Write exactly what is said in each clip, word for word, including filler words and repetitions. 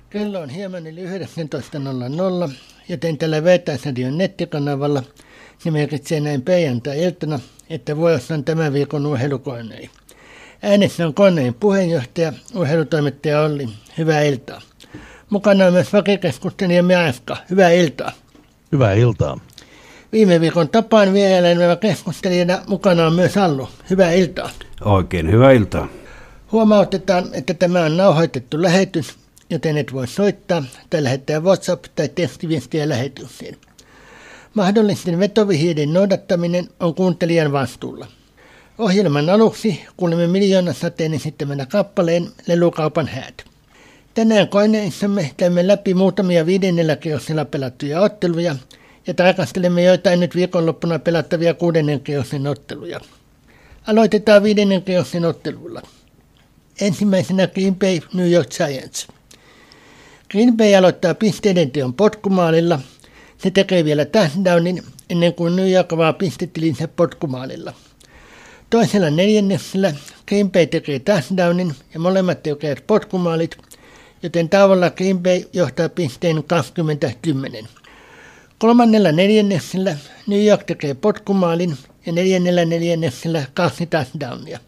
Kello on hieman yli yhdeksäntoista nolla nolla, joten tällä Vertaisradion nettikanavalla se merkitsee näin perjantai-iltana, että vuorossa on tämän viikon urheilukorneri. Äänessä on kornerin puheenjohtaja, urheilutoimittaja Olli. Hyvää iltaa. Mukana on myös vakikeskustelija Miaska. Hyvää iltaa. Hyvää iltaa. Viime viikon tapaan vieraileva keskustelijana mukana on myös Allu. Hyvää iltaa. Oikein hyvää iltaa. Huomautetaan, että tämä on nauhoitettu lähetys, joten et voi soittaa tai lähettää WhatsApp- tai tekstiviestiä lähetykseen. Mahdollisten vetovihjeiden noudattaminen on kuuntelijan vastuulla. Ohjelman aluksi kuulemme Miljoonasateen esittämänä kappaleen Lelukaupan häät. Tänään koneissamme käymme läpi muutamia viidennellä kierroksella pelattuja otteluja ja tarkastelemme joitain nyt viikonloppuna pelattavia kuudennen kierroksen otteluja. Aloitetaan viidennen kierroksen ottelulla. Ensimmäisenä Green Bay New York Giants. Green Bay aloittaa pisteiden teon potkumaalilla. Se tekee vielä touchdownin ennen kuin New York avaa pistetilinsä potkumaalilla. Toisella neljänneksellä Green Bay tekee touchdownin ja molemmat tekevät potkumaalit, joten tauolla Green Bay johtaa pisteen kaksikymmentä kymmenen. Kolmannella neljänneksellä New York tekee potkumaalin ja neljännellä neljänneksellä kaksi touchdownia.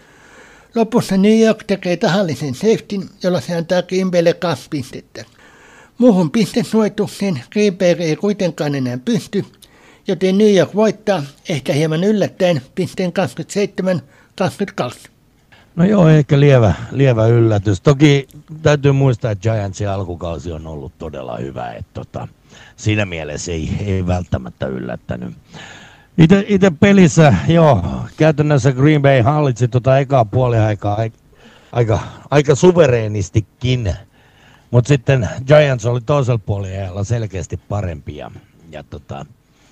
Lopussa New York tekee tahallisen safetyn, jolla se antaa Green Baylle kaksi pistettä. Muuhun pistesuoritukseen Green Bay ei kuitenkaan enää pysty, joten New York voittaa, ehkä hieman yllättäen, pisteen kaksikymmentäseitsemän kaksikymmentäkaksi. No joo, ehkä lievä, lievä yllätys. Toki täytyy muistaa, että Giantsin alkukausi on ollut todella hyvä. Että tota, siinä mielessä ei, ei välttämättä yllättänyt. Itse, itse pelissä, joo, käytännössä Green Bay hallitsi tota ekaa puoliaikaa aika, aika, aika suvereenistikin. Mutta sitten Giants oli toisella puoliajalla selkeästi parempi. Ja, ja tota,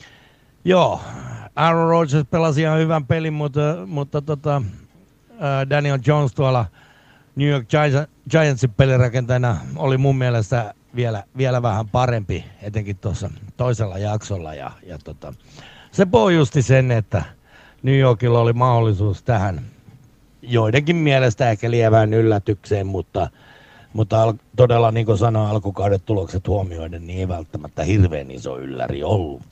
joo, Aaron Rodgers pelasi ihan hyvän pelin, mutta, mutta tota, Daniel Jones tuolla New York Giantsin pelirakentajana oli mun mielestä vielä, vielä vähän parempi, etenkin tuossa toisella jaksolla. Ja, ja tota, se pohjusti sen, että New Yorkilla oli mahdollisuus tähän joidenkin mielestä ehkä lievään yllätykseen, mutta, mutta al- todella niin kuin sanoin, alkukauden tulokset huomioiden, niin ei välttämättä hirveän iso ylläri ollut.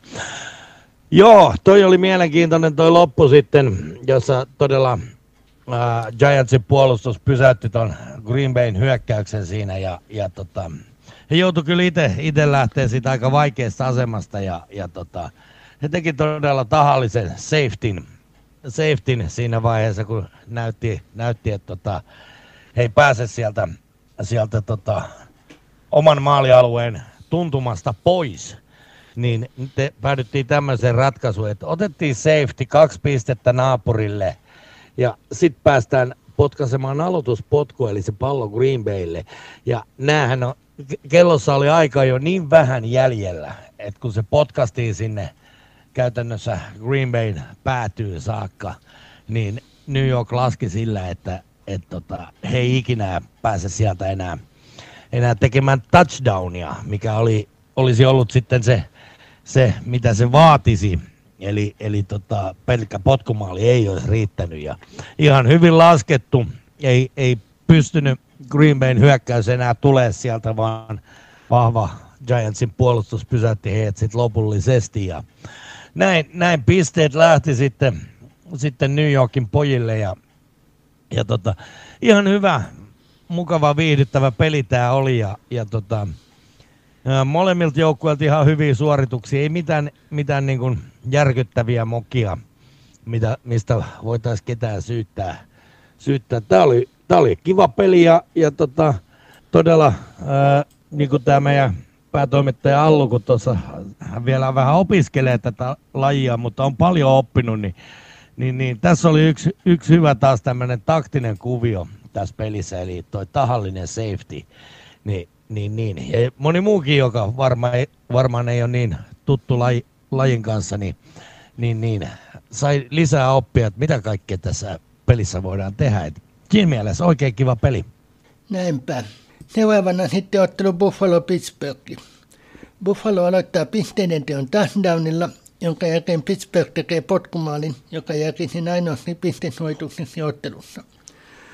Joo, toi oli mielenkiintoinen toi loppu sitten, jossa todella äh, Giantsin puolustus pysäytti ton Green Bayn hyökkäyksen siinä ja, ja tota, he joutui kyllä itse lähteä siitä aika vaikeasta asemasta ja, ja tota, he teki todella tahallisen safetyn, safetyn siinä vaiheessa, kun näytti, näytti että tota, he ei pääse sieltä, sieltä tota, oman maalialueen tuntumasta pois. Niin te päädyttiin tämmöiseen ratkaisuun, että otettiin safety, kaksi pistettä naapurille ja sitten päästään potkaisemaan aloituspotku, eli se pallo Green Baylle. Ja näähän on, kellossa oli aika jo niin vähän jäljellä, että kun se potkastiin sinne käytännössä Green Bayn päätyy saakka, niin New York laski sillä, että et tota, he ei ikinä pääse sieltä enää, enää tekemään touchdownia, mikä oli, olisi ollut sitten se, se mitä se vaatisi. Eli, eli tota, pelkkä potkumaali ei olisi riittänyt. Ja ihan hyvin laskettu, ei, ei pystynyt Green Bayn hyökkäys enää tulee sieltä, vaan vahva Giantsin puolustus pysäytti heidät sitten lopullisesti. Ja näin, näin pisteet lähti sitten, sitten New Yorkin pojille ja, ja tota, ihan hyvä, mukava, viihdyttävä peli tämä oli ja, ja tota, molemmilta joukkueilta ihan hyviä suorituksia, ei mitään, mitään niin kuin järkyttäviä mokia, mitä, mistä voitaisiin ketään syyttää. syyttää. Tämä oli, tämä oli kiva peli ja, ja tota, todella ää, niin kuin tämä meidän päätoimittaja Allu, kun tuossa hän vielä vähän opiskelee tätä lajia, mutta on paljon oppinut, niin, niin, niin tässä oli yksi, yksi hyvä taas tämmöinen taktinen kuvio tässä pelissä, eli toi tahallinen safety. Niin, niin, niin. Ja moni muukin, joka varma ei, varmaan ei ole niin tuttu laji, lajin kanssa, niin, niin, niin sai lisää oppia, että mitä kaikkea tässä pelissä voidaan tehdä. Et siinä mielessä oikein kiva peli. Näinpä. Seuraavana sitten ottelu Buffalo-Pittsburgh. Buffalo aloittaa pisteiden teon touchdownilla, jonka jälkeen Pittsburgh tekee potkumaalin, joka jälkeen sen ainoaksi pistesuoritukseksi ottelussa.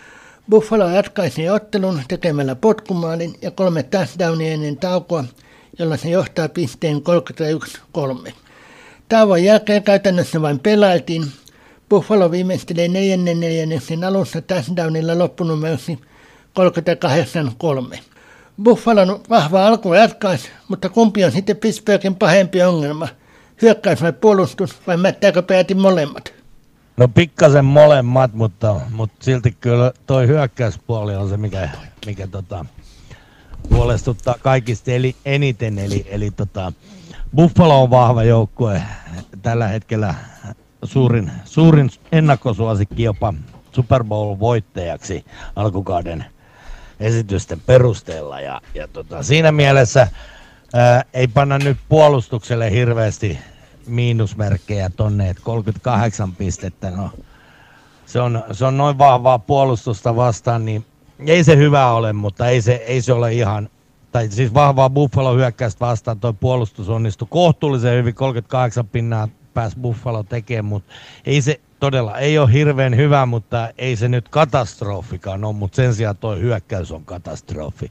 Buffalo ratkaisi ottelun tekemällä potkumaalin ja kolme touchdownia ennen taukoa, jolla se johtaa pisteen kolmekymmentäyksi kolme. Tauon jälkeen käytännössä vain pelailtiin. Buffalo viimeistelee neljännen neljänneksen alussa touchdownilla loppunumerosi kolmekymmentäkahdeksan kolme. Buffalon vahva alku ratkaisi, mutta kumpi on sitten Pittsburghin pahempi ongelma? Hyökkäys vai puolustus vai mättääkö peräti molemmat? No pikkasen molemmat, mutta, mutta silti kyllä toi hyökkäyspuoli on se, mikä, mikä tota, huolestuttaa kaikista eli, eniten. Eli, eli tota, Buffalo on vahva joukkue tällä hetkellä, suurin, suurin ennakkosuosikki jopa Super Bowl-voittajaksi alkukauden esitysten perusteella. Ja, ja tota, siinä mielessä ää, ei panna nyt puolustukselle hirveästi miinusmerkkejä tonne, että kolmekymmentäkahdeksan pistettä, no se on, se on noin vahvaa puolustusta vastaan, niin ei se hyvä ole, mutta ei se, ei se ole ihan, tai siis vahvaa Buffalo hyökkäystä vastaan toi puolustus onnistui kohtuullisen hyvin, kolmekymmentäkahdeksan pinnaa pääsi Buffalo tekemään, mutta ei se todella, ei ole hirveän hyvä, mutta ei se nyt katastrofikaan ole, mutta sen sijaan toi hyökkäys on katastrofi.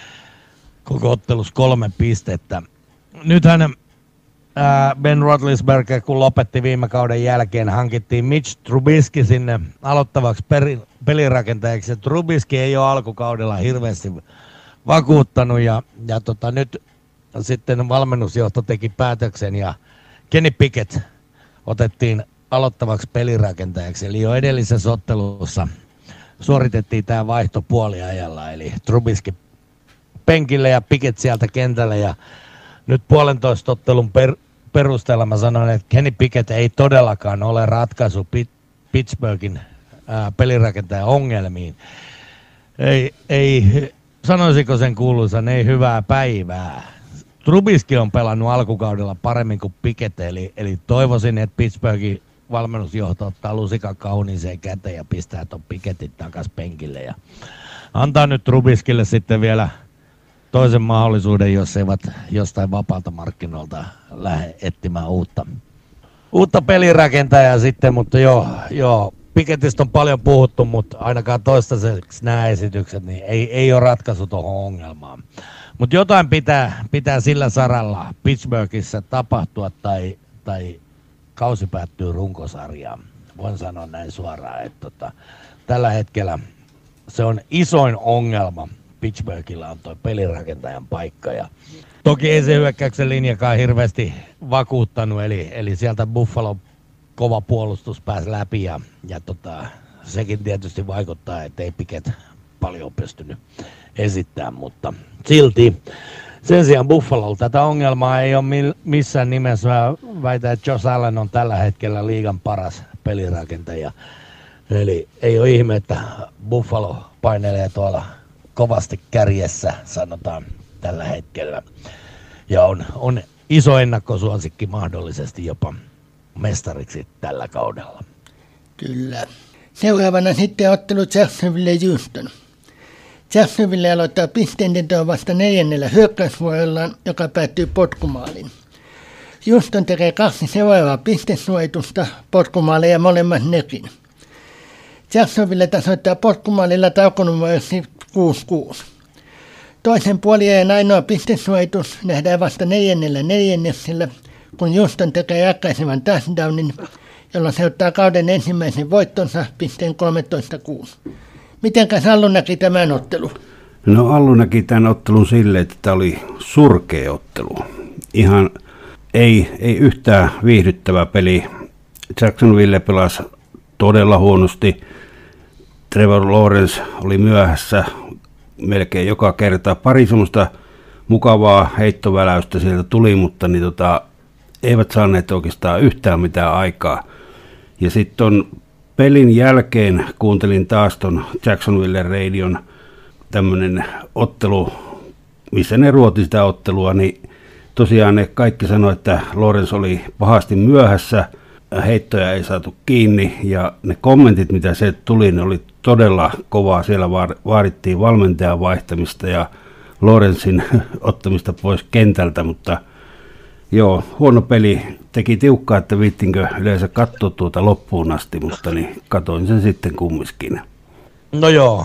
Koko ottelus kolme pistettä. Nythän Ben Roethlisberger, kun lopetti viime kauden jälkeen, hankittiin Mitch Trubisky sinne aloittavaksi peri, pelirakentajaksi. Trubisky ei ole alkukaudella hirveästi vakuuttanut ja, ja tota, nyt sitten valmennusjohto teki päätöksen ja Kenny Pickett otettiin aloittavaksi pelirakentajaksi. Eli jo edellisessä ottelussa suoritettiin tämä vaihto puoliajalla, eli Trubisky penkille ja Pickett sieltä kentälle ja nyt puolentoista ottelun per, perusteella mä sanoin, että Kenny Pickett ei todellakaan ole ratkaisu Pit, Pittsburghin ää, pelirakentajan ongelmiin. Ei, ei, sanoisiko sen kuuluisan, ei hyvää päivää. Trubisky on pelannut alkukaudella paremmin kuin Pickett, eli, eli toivoisin, että Pittsburghin valmennusjohto ottaa lusikan kauniiseen käteen ja pistää ton Pickettin takas penkille ja antaa nyt Trubiskylle sitten vielä toisen mahdollisuuden, jos eivät jostain vapaalta markkinoilta lähde etsimään uutta, uutta pelirakentajaa sitten, mutta joo, joo, Pickettistä on paljon puhuttu, mutta ainakaan toistaiseksi nämä esitykset niin ei, ei ole ratkaisu tuohon ongelmaan. Mutta jotain pitää, pitää sillä saralla Pittsburghissa tapahtua tai, tai kausi päättyy runkosarjaan. Voin sanoa näin suoraan, että tota, tällä hetkellä se on isoin ongelma. Pittsburghilla on tuo pelirakentajan paikka ja toki ei se hyökkäyksen linjakaan hirveästi vakuuttanut, eli, eli sieltä Buffalo kova puolustus pääsi läpi ja, ja tota, sekin tietysti vaikuttaa, että ei Pickett paljon pystynyt esittämään, mutta silti sen sijaan Buffalolla tätä ongelmaa ei ole missään nimessä. Mä väitän, että Josh Allen on tällä hetkellä liigan paras pelirakentaja, eli ei ole ihme, että Buffalo painelee tuolla kovasti kärjessä, sanotaan tällä hetkellä. Ja on, on iso ennakkosuosikki mahdollisesti jopa mestariksi tällä kaudella. Kyllä. Seuraavana sitten ottelu Jacksonville Houston. Jacksonville aloittaa pisteenteon vasta neljännellä hyökkäysvuorollaan, joka päättyy potkumaalin. Houston tekee kaksi seuraavaa pistesuojitusta, potkumaaleja molemmat nekin. Jacksonville tasoittaa potkumaalilla taukonumerosi kuusi kuusi. Toisen puoliajan ainoa pistesuojitus nähdään vasta neljännellä neljänneksellä, kun Houston tekee ratkaisevan touchdownin, jolloin se ottaa kauden ensimmäisen voittonsa pisteen kolmetoista kuusi. Mitenkäs Allu näki tämän ottelun? No Allu näki tämän ottelun silleen, että tämä oli surkea ottelu. Ihan ei, ei yhtään viihdyttävä peli. Jacksonville pelasi todella huonosti. Trevor Lawrence oli myöhässä melkein joka kerta. Pari semmoista mukavaa heittoväläystä sieltä tuli, mutta niin tota, eivät saaneet oikeastaan yhtään mitään aikaa. Ja sitten pelin jälkeen kuuntelin taas ton Jacksonville Radion tämmöinen ottelu, missä ne ruoti sitä ottelua, niin tosiaan ne kaikki sanoi, että Lawrence oli pahasti myöhässä, heittoja ei saatu kiinni ja ne kommentit, mitä se tuli, ne oli todella kovaa. Siellä vaadittiin valmentajan vaihtamista ja Lawrencen ottamista pois kentältä, mutta joo, huono peli. Teki tiukkaa, että viittinkö yleensä katsoa tuota loppuun asti, mutta niin katoin sen sitten kumminkin. No joo,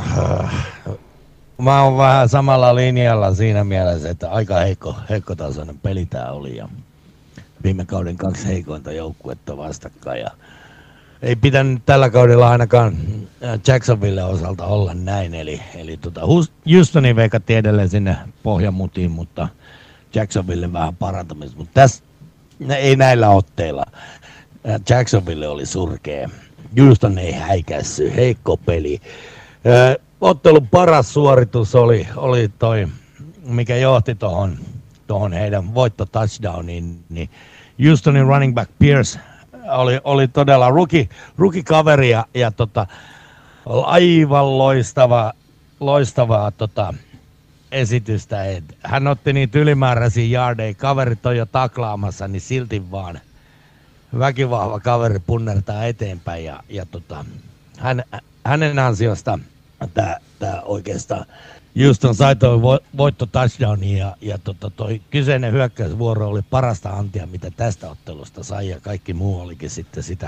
mä oon vähän samalla linjalla siinä mielessä, että aika heikko, heikkotasoinen peli tää oli ja viime kauden kaksi heikointa joukkuetta vastakkain ja ei pitänyt tällä kaudella ainakaan Jacksonville osalta olla näin, eli, eli tota Houstonin veikatti edelleen sinne pohjamutiin, mutta Jacksonville vähän parantamista, mutta tässä ei näillä otteilla. Jacksonville oli surkea. Houston ei häikässy, heikko peli. Ö, ottelun paras suoritus oli, oli toi, mikä johti tuohon tohon heidän voitto touchdowniin, niin Houstonin running back Pierce oli, oli todella rookie, rookie kaveri ja, ja tota, aivan loistava, loistavaa tota, esitystä. Et hän otti niitä ylimääräisiä yardeja, kaverit on jo taklaamassa, niin silti vaan väkivahva kaveri punnertaa eteenpäin ja, ja tota, hän, hänen ansiosta tämä oikeastaan Houston sai toi vo, voitto touchdowniin ja, ja tota, toi kyseinen hyökkäysvuoro oli parasta antia, mitä tästä ottelusta sai ja kaikki muu olikin sitten sitä,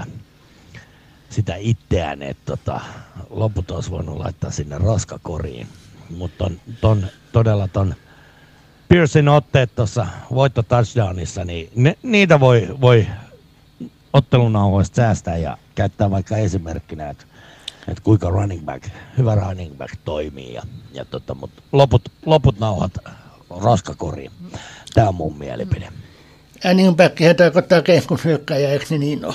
sitä itseään, että tota, loput olisi voinut laittaa sinne roskakoriin. Mutta ton, ton, todella ton Piercein otteet tuossa voitto touchdownissa, niin ne, niitä voi, voi ottelunauhoista säästää ja käyttää vaikka esimerkkinä, että et kuinka running back, hyvä running back toimii. Ja, ja tota, mut loput, loput nauhat roskakoriin. Tämä on mun mielipide. Running backihän tarkoittaa keskushyökkäjä, eikö ne niin ole?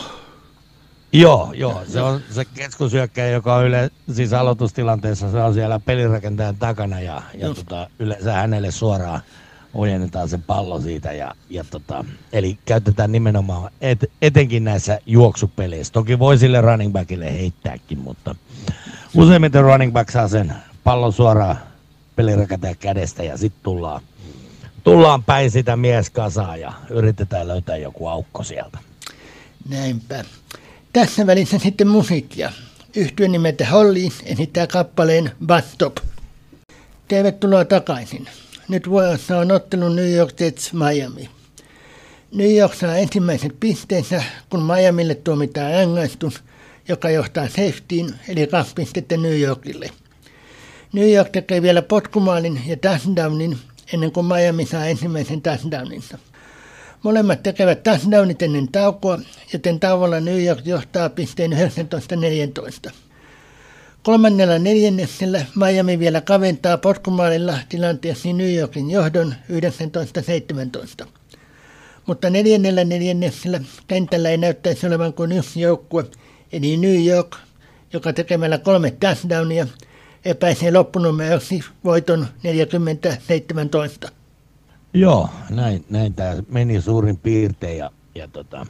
Joo, joo, se on se keskushyökkäjä, joka on yle, siis aloitustilanteessa, se on siellä pelirakentajan takana ja, ja tota, yleensä hänelle suoraan ojennetaan se pallo siitä. Ja, ja tota, eli käytetään nimenomaan et, etenkin näissä juoksupeleissä. Toki voi sille running backille heittääkin, mutta useimmiten running back saa sen pallon suoraan pelirakentajan kädestä ja sitten tullaan, tullaan päin sitä mieskasaa ja yritetään löytää joku aukko sieltä. Näinpä. Tässä välissä sitten musiikkia. Yhtyen nimeltä Holly esittää kappaleen Bus Stop. Tervetuloa takaisin. Nyt vuorossa on ottelu New York Jets Miami. New York saa ensimmäiset pisteensä, kun Miamille tuomitaan rangaistus, joka johtaa safetyin, eli kaksi pistettä New Yorkille. New York tekee vielä potkumaalin ja touchdownin ennen kuin Miami saa ensimmäisen touchdowninsa. Molemmat tekevät touchdownit ennen taukoa, joten tauolla New York johtaa pisteen yhdeksäntoista neljätoista. Kolmannella neljänneksellä Miami vielä kaventaa potkumaalilla tilanteessa New Yorkin johdon yhdeksäntoista seitsemäntoista. Mutta neljännellä neljänneksellä kentällä ei näyttäisi olevan kuin yksi joukkue, eli New York, joka tekemällä kolme touchdownia epäisee loppunumeroksi voiton neljäkymmentä seitsemäntoista. Joo, näin, näin tämä meni suurin piirtein. Ja, ja tota,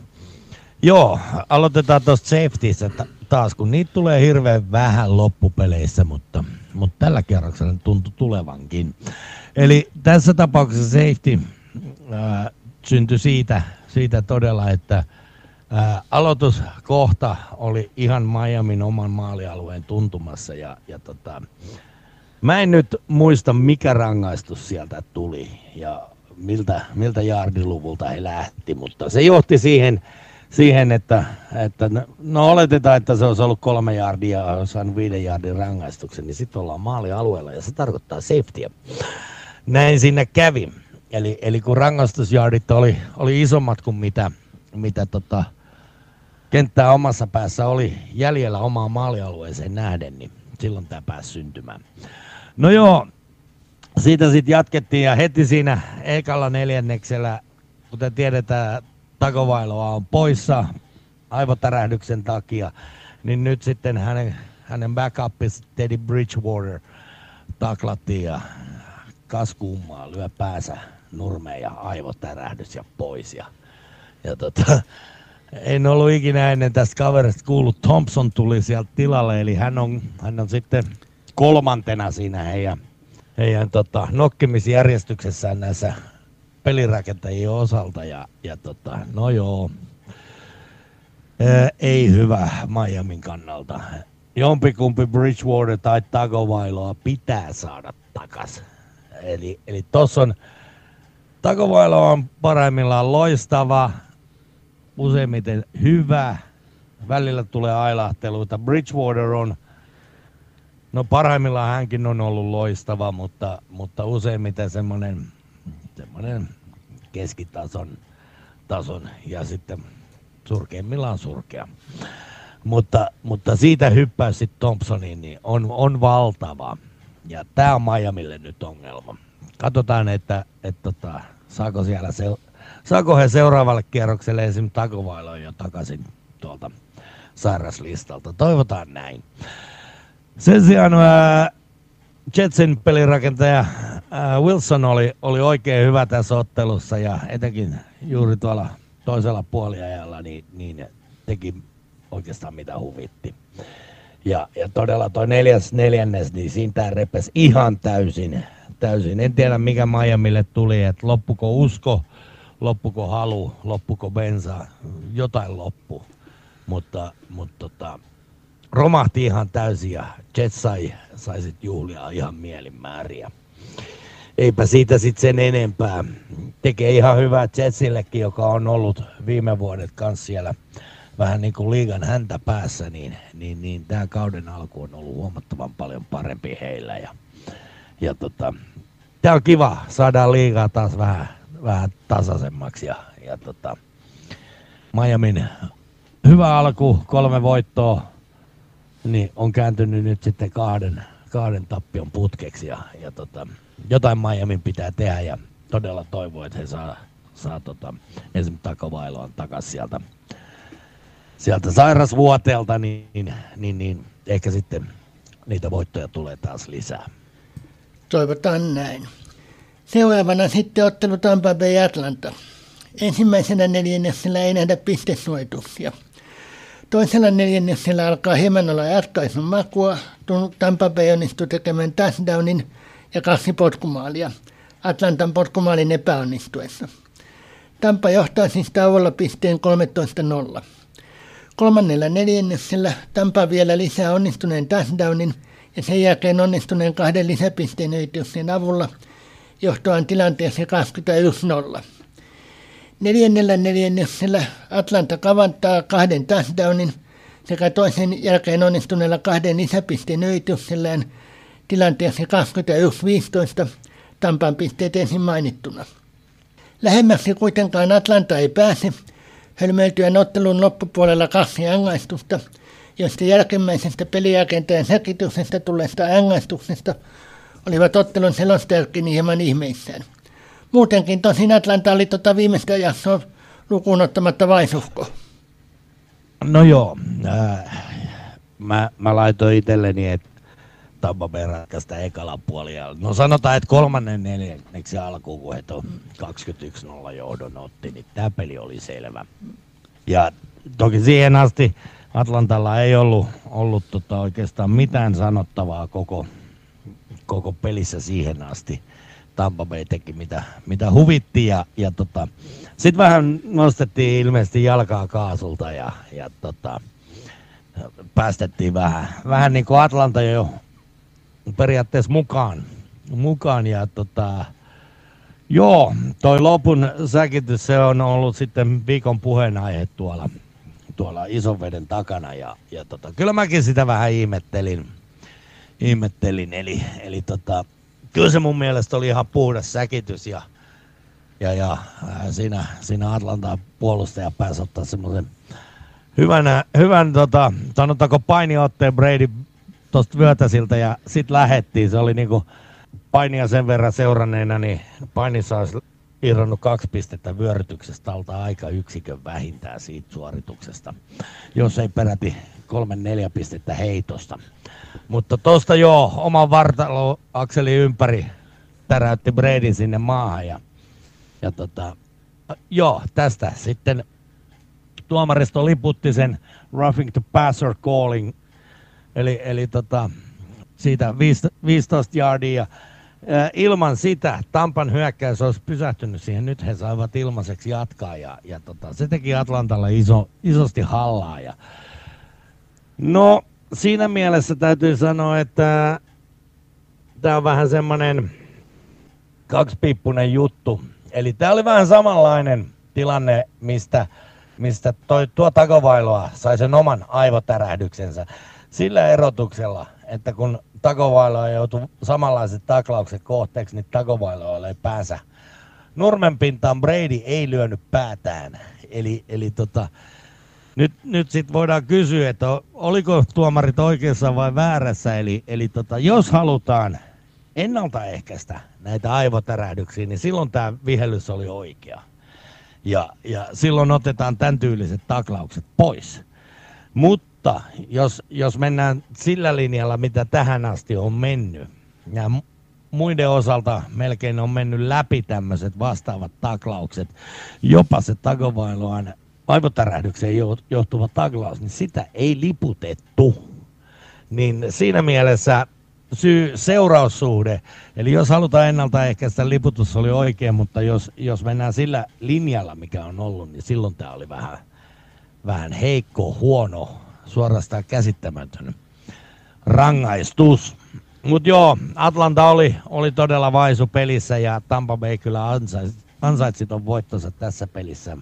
joo, aloitetaan tuosta safetystä taas, kun niitä tulee hirveän vähän loppupeleissä, mutta, mutta tällä kierroksella tuntui tulevankin. Eli tässä tapauksessa safety ää, syntyi siitä, siitä todella, että ää, aloituskohta oli ihan Miamin oman maalialueen tuntumassa ja, ja tota, mä en nyt muista, mikä rangaistus sieltä tuli ja miltä, miltä jaardiluvulta he lähti, mutta se johti siihen, siihen että, että no oletetaan, että se olisi ollut kolme jaardia ja olisi saanut viiden jaardin rangaistuksen, niin sitten ollaan maalialueella ja se tarkoittaa safetyä. Näin sinne kävi. Eli, eli kun rangaistusjaardit oli, oli isommat kuin mitä, mitä tota, kenttää omassa päässä oli jäljellä omaan maalialueeseen nähden, niin silloin tämä pääsi syntymään. No joo, siitä sitten jatkettiin ja heti siinä ekalla neljänneksellä, kuten tiedetään, Tagovailoa on poissa aivotärähdyksen takia, niin nyt sitten hänen, hänen backupis Teddy Bridgewater taklattiin ja kas kummaa, lyö päänsä nurmeen ja aivotärähdys ja pois. Ja, ja tota, en ollut ikinä ennen tästä kaverista kuullut, Thompson tuli sieltä tilalle, eli hän on, hän on sitten kolmantena siinä heidän, heidän tota, nokkimisjärjestyksessään näissä pelirakentajien osalta. Ja, ja tota, no joo, ää, ei hyvä Miamin kannalta. Jompikumpi Bridgewater tai Tagovailoa pitää saada takas. Eli, eli tossa on, Tagovailoa on parhaimmillaan loistava, useimmiten hyvä, välillä tulee ailahteluita. Bridgewater on no parhaimmillaan hänkin on ollut loistava, mutta, mutta useimmiten semmoinen, semmoinen keskitason tason ja sitten surkeimmillaan surkea. Mutta, mutta siitä hyppäys sitten Thompsoniin niin on, on valtava. Ja tämä on Miamille nyt ongelma. Katsotaan, että, että tota, saako, siellä se, saako he seuraavalle kierrokselle esimerkiksi Tagovailoon jo takaisin tuolta sairaslistalta. Toivotaan näin. Sen sijaan ää, Jetsin pelirakentaja ää, Wilson oli, oli oikein hyvä tässä ottelussa ja etenkin juuri tuolla toisella puoliajalla niin, niin teki oikeastaan mitä huvitti. Ja, ja todella toi neljäs neljännes, niin siinä tää repesi ihan täysin, täysin. En tiedä mikä Miamille tuli, että loppuko usko, loppuko halu, loppuko bensa, jotain loppu. Mutta, mutta tota, romahti ihan täysin ja Jets sai, sai sit juhlia ihan mielinmääriä. Eipä siitä sitten sen enempää. Tekee ihan hyvää Jetsillekin, joka on ollut viime vuodet kanssa siellä vähän niin kuin liigan häntä päässä, niin, niin, niin tämä kauden alku on ollut huomattavan paljon parempi heillä. Ja, ja tota, tämä on kiva, saadaan liigaa taas vähän, vähän tasaisemmaksi. Ja, ja tota, Miamin hyvä alku, kolme voittoa, niin on kääntynyt nyt sitten kahden, kahden tappion putkeksi. Ja, ja tota, jotain Miamin pitää tehdä ja todella toivoo, että he saa, saa tota, esimerkiksi Tagovailoan takaisin sieltä. sieltä sairasvuoteelta, niin, niin, niin, niin ehkä sitten niitä voittoja tulee taas lisää. Toivotaan näin. Seuraavana sitten ottelu Tampa Bay Atlanta. Ensimmäisenä neljänneksellä ei nähdä pistesuorituksia. Toisella neljänneksellä alkaa hieman olla ratkaisun makua. Tampa Bay onnistui tekemään touchdownin ja kaksi potkumaalia. Atlantan potkumaalin epäonnistuessa. Tampa johtaa siis tauolla pisteen kolmetoista nolla. Kolmannella neljänneksellä Tampa vielä lisää onnistuneen touchdownin ja sen jälkeen onnistuneen kahden lisäpisteen yrityksen avulla johtoaan tilanteessa kaksikymmentäyksi nolla. Neljännellä neljänneksellä Atlanta kavantaa kahden touchdownin sekä toisen jälkeen onnistuneella kahden lisäpisteen yrityksellään tilanteessa kaksikymmentäyksi viisitoista Tampan pisteet ensin mainittuna. Lähemmäksi kuitenkaan Atlanta ei pääse. Hölmöiltyään ottelun loppupuolella kaksi rangaistusta, joista jälkimmäisestä pelirakentajan säkityksestä tulleesta rangaistuksesta olivat ottelun selostajatkin hieman ihmeissään. Muutenkin tosin Atlanta oli tota viimeistä jaksoa lukuun ottamatta vaisuhko. No joo, äh, mä, mä laitoin itselleni, että Tampa Bay ratkaista ekalla puolella. No sanotaan, että kolmannen neljänneksi alkuun, kun he tuon kaksikymmentäyksi nolla johdon otti, niin tämä peli oli selvä. Ja toki siihen asti Atlantalla ei ollut, ollut tota oikeastaan mitään sanottavaa koko, koko pelissä siihen asti. Tampa Bay teki mitä, mitä huvitti ja, ja tota, sitten vähän nostettiin ilmeisesti jalkaa kaasulta ja, ja tota, päästettiin vähän, vähän niin kuin Atlanta jo periaatteessa mukaan, mukaan ja tota, joo, toi lopun säkitys, se on ollut sitten viikon puheenaihe tuolla, tuolla ison veden takana ja, ja tota, kyllä mäkin sitä vähän ihmettelin, ihmettelin eli, eli tota, kyllä se mun mielestä oli ihan puhdas säkitys ja, ja, ja ää, siinä, siinä Atlantan puolustaja pääsi ottaa semmoisen hyvän, hyvän tota, sanotaanko painiotteen Brady tuosta vyötäsiltä ja sitten lähettiin. Se oli niinku painia sen verran seuranneena, niin painissa olisi irronnut kaksi pistettä vyörytyksestä alta aika yksikön vähintään siitä suorituksesta, jos ei peräti kolme neljä pistettä heitosta. Mutta tuosta joo, oman vartaloakseli ympäri täräytti Bradyn sinne maahan ja, ja tota, joo, tästä sitten tuomaristo liputti sen roughing the passer calling, eli, eli tota, siitä viisitoista yardia. Ää, ilman sitä Tampan hyökkäys olisi pysähtynyt siihen, nyt he saivat ilmaiseksi jatkaa ja, ja tota, se teki Atlantalle iso, isosti hallaa. Ja, no siinä mielessä täytyy sanoa, että tämä on vähän semmoinen kaksipiippunen juttu. Eli tämä oli vähän samanlainen tilanne, mistä, mistä toi, tuo Tagovailoa sai sen oman aivotärähdyksensä. Sillä erotuksella, että kun Tagovailoa joutui samanlaiset taklaukset kohteeksi, niin Tagovailoa ei päänsä nurmen pintaan. Brady ei lyönyt päätään. Eli, eli tota, nyt, nyt sitten voidaan kysyä, että oliko tuomarit oikeassa vai väärässä. Eli, eli tota, jos halutaan ennaltaehkäistä näitä aivotärähdyksiä, niin silloin tämä vihellys oli oikea. Ja, ja silloin otetaan tämän tyyliset taklaukset pois. Mutta jos, jos mennään sillä linjalla, mitä tähän asti on mennyt, ja muiden osalta melkein on mennyt läpi tämmöiset vastaavat taklaukset, jopa se Tagovailoan aivotärähdykseen johtuva taklaus, niin sitä ei liputettu. Niin siinä mielessä syy seuraussuhde, eli jos halutaan ennaltaehkäistä, liputus oli oikein, mutta jos, jos mennään sillä linjalla, mikä on ollut, niin silloin tämä oli vähän, vähän heikko, huono, suorastaan käsittämätön rangaistus. Mutta joo, Atlanta oli, oli todella vaisu pelissä ja Tampa Bay kyllä ansaitsi, ansaitsi ton voittonsa tässä pelissä.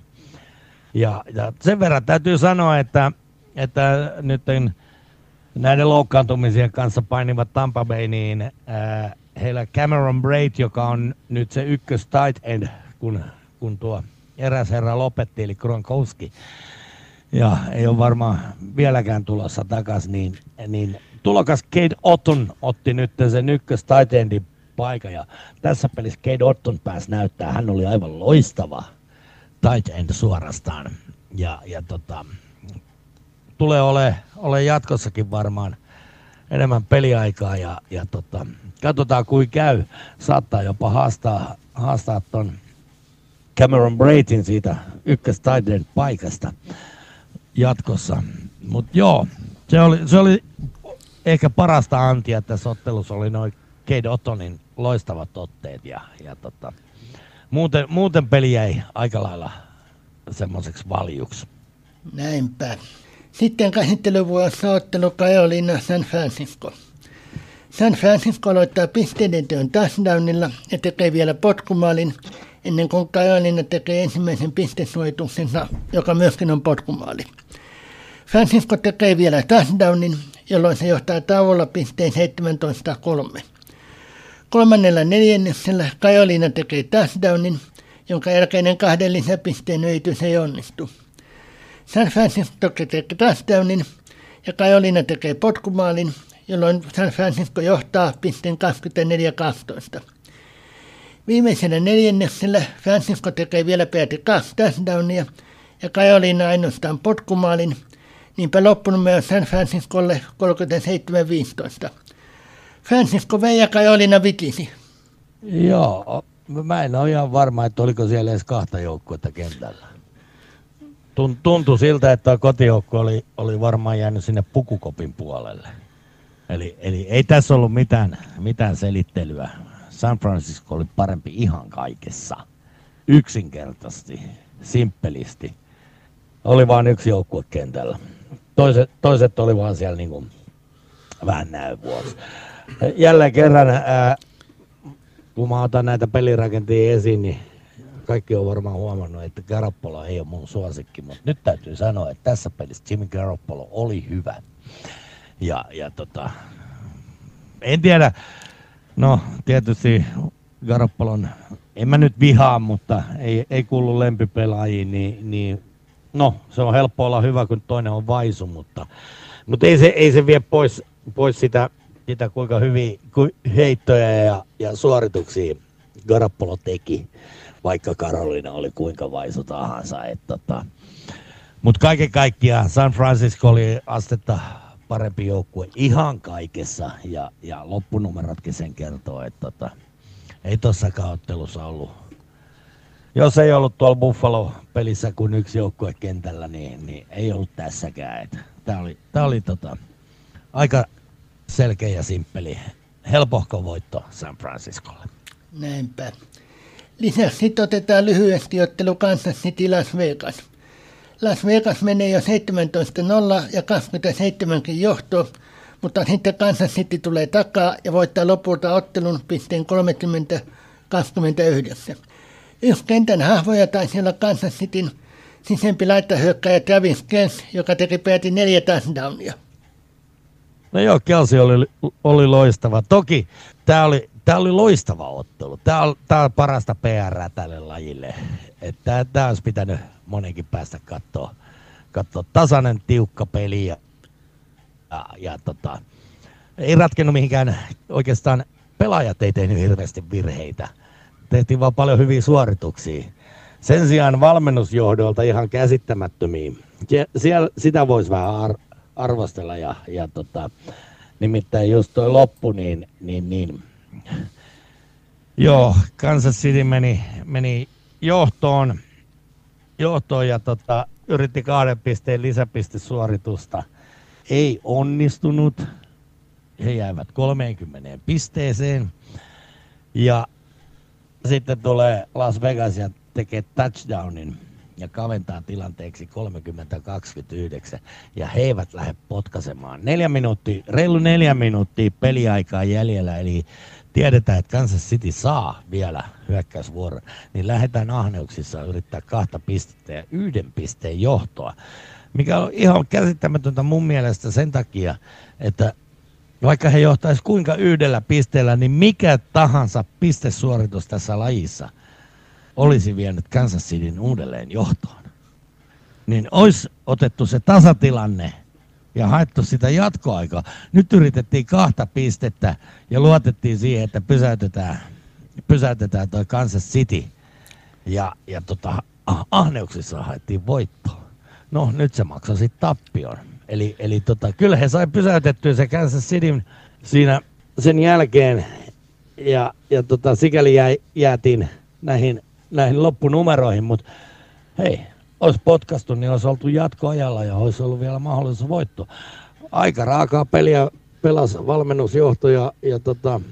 Ja, ja sen verran täytyy sanoa, että, että nyt näiden loukkaantumisien kanssa painivat Tampa Bay, niin äh, heillä Cameron Brate, joka on nyt se ykkös tight end, kun, kun tuo eräs herra lopetti, eli Gronkowski, ja ei ole varmaan vieläkään tulossa takaisin, niin, niin tulokas Cade Otton otti nyt sen ykkös tight endin paikan, ja tässä pelissä Cade Otton pääsi näyttää, hän oli aivan loistava tight end suorastaan, ja, ja tota, tulee ole, ole jatkossakin varmaan enemmän peliaikaa, ja, ja tota, katsotaan kuin käy, saattaa jopa haastaa, haastaa ton Cameron Braten siitä ykkös tight end paikasta jatkossa, mutta joo, se oli, se oli ehkä parasta antia tässä ottelussa, oli noin Cade Ottonin loistavat otteet, ja, ja tota, muuten, muuten peli jäi aika lailla semmoiseksi valjuksi. Näinpä. Sitten käsittelyvuorossa ottelu Carolina San Francisco. San Francisco aloittaa pisteiden teon touchdownilla ja tekee vielä potkumaalin, ennen kuin Carolina tekee ensimmäisen pistesuorituksensa, joka myöskin on potkumaali. Francisco tekee vielä touchdownin, jolloin se johtaa tauolla pisteen seitsemäntoista kolme. Kolmannella neljänneksellä Carolina tekee touchdownin, jonka jälkeinen kahden lisäpisteen yritys ei onnistu. San Francisco tekee touchdownin ja Carolina tekee potkumaalin, jolloin San Francisco johtaa pisteen kaksikymmentäneljä kaksitoista. Viimeisellä neljänneksellä Francisco tekee vielä peräti kaksi touchdownia ja Carolina ainoastaan potkumaalin, niinpä loppunumero San Franciscolle kolmekymmentäseitsemän viisitoista. Francisco vei ja Carolina vikisi. Joo, mä en ole ihan varma, että oliko siellä edes kahta joukkuetta kentällä. Tuntui siltä, että kotijoukkue oli, oli varmaan jäänyt sinne pukukopin puolelle. Eli, eli ei tässä ollut mitään, mitään selittelyä. San Francisco oli parempi ihan kaikessa. Yksinkertaisesti, simppelisti. Oli vain yksi joukkue kentällä. Toiset, toiset oli vaan siellä niin kuin vähän näyn vuoksi. Jälleen kerran, ää, kun mä otan näitä pelirakentia esiin, niin kaikki on varmaan huomannut, että Garoppolo ei ole mun suosikki, mutta nyt täytyy sanoa, että tässä pelissä Jimmy Garoppolo oli hyvä. Ja, ja tota, en tiedä, no tietysti Garoppolon, en mä nyt vihaa, mutta ei, ei kuulu lempipelaajiin, niin, niin no se on helppo olla hyvä, kun toinen on vaisu, mutta, mutta ei, se, ei se vie pois, pois sitä, sitä, kuinka hyviä heittoja ja, ja suorituksia Garoppolo teki, vaikka Carolina oli kuinka vaisu tahansa. Tota. Mutta kaiken kaikkiaan San Francisco oli astetta parempi joukkue ihan kaikessa, ja, ja loppunumerotkin sen kertoo, että tota, ei tossakaan ottelussa ollut. Jos ei ollut tuolla Buffalo-pelissä kuin yksi joukkue kentällä, niin, niin ei ollut tässäkään. Tämä oli, tää oli tota, aika selkeä ja simppeli, helpohko voitto San Franciscolle. Näinpä. Lisäksi sitten otetaan lyhyesti ottelu Kansas City Las Vegas. Las Vegas menee jo seitsemäntoista nolla ja kaksikymmentäseitsemänkin johtoon, mutta sitten Kansas City tulee takaa ja voittaa lopulta ottelun pisteen kolmekymmentä kaksikymmentäyhdeksän. Yksi kentän hahvoja taisi olla Kansas Cityn sisempi laittahyökkääjä Travis Kelce, joka teki peräti neljä touchdownia. No joo, Kelsey oli, oli loistava. Toki tämä oli, tää oli loistava ottelu. Tämä on, tää on parasta P R tälle lajille. Tämä olisi pitänyt monenkin päästä katsoa. Katsoa tasainen, tiukka peli ja, ja, ja tota, ei ratkennut mihinkään. Oikeastaan pelaajat ei tehnyt hirveästi virheitä. Tehtiin vaan paljon hyviä suorituksia. Sen sijaan valmennusjohdolta ihan käsittämättömiä. Siellä, sitä voisi vähän ar- arvostella ja, ja tota, nimittäin just toi loppu, niin, niin, niin. Joo, Kansas City meni, meni johtoon, johtoon ja tota, yritti kahden pisteen lisäpistesuoritusta. Ei onnistunut. He jäivät kolmeenkymmeneen pisteeseen. Ja sitten tulee Las Vegas ja tekee touchdownin ja kaventaa tilanteeksi kolmekymmentä kaksikymmentäyhdeksän. Ja he eivät lähde potkaisemaan. Neljä minuuttia, reilu neljä minuuttia peliaikaa jäljellä, eli tiedetään, että Kansas City saa vielä hyökkäysvuoron, niin lähdetään ahneuksissa yrittää kahta pistettä ja yhden pisteen johtoa, mikä on ihan käsittämätöntä mun mielestä sen takia, että vaikka he johtaisi kuinka yhdellä pisteellä, niin mikä tahansa pistesuoritus tässä lajissa olisi vienyt Kansas Cityn uudelleen johtoon. Niin olisi otettu se tasatilanne ja haettu sitä jatkoaikaa. Nyt yritettiin kahta pistettä ja luotettiin siihen, että pysäytetään, pysäytetään toi Kansas City. Ja, ja tota, ahneuksissa haettiin voittoa. No nyt se maksoi sitten tappion. Eli, eli tota, kyllä he sai pysäytettyä se Kansas Cityn siinä sen jälkeen. Ja, ja tota, sikäli jää, jäätiin näihin, näihin loppunumeroihin, mutta hei, olisi potkastu, niin olisi oltu jatkoajalla ja olisi ollut vielä mahdollisuus voitto. Aika raakaa peliä pelasi valmennusjohto ja, ja tota,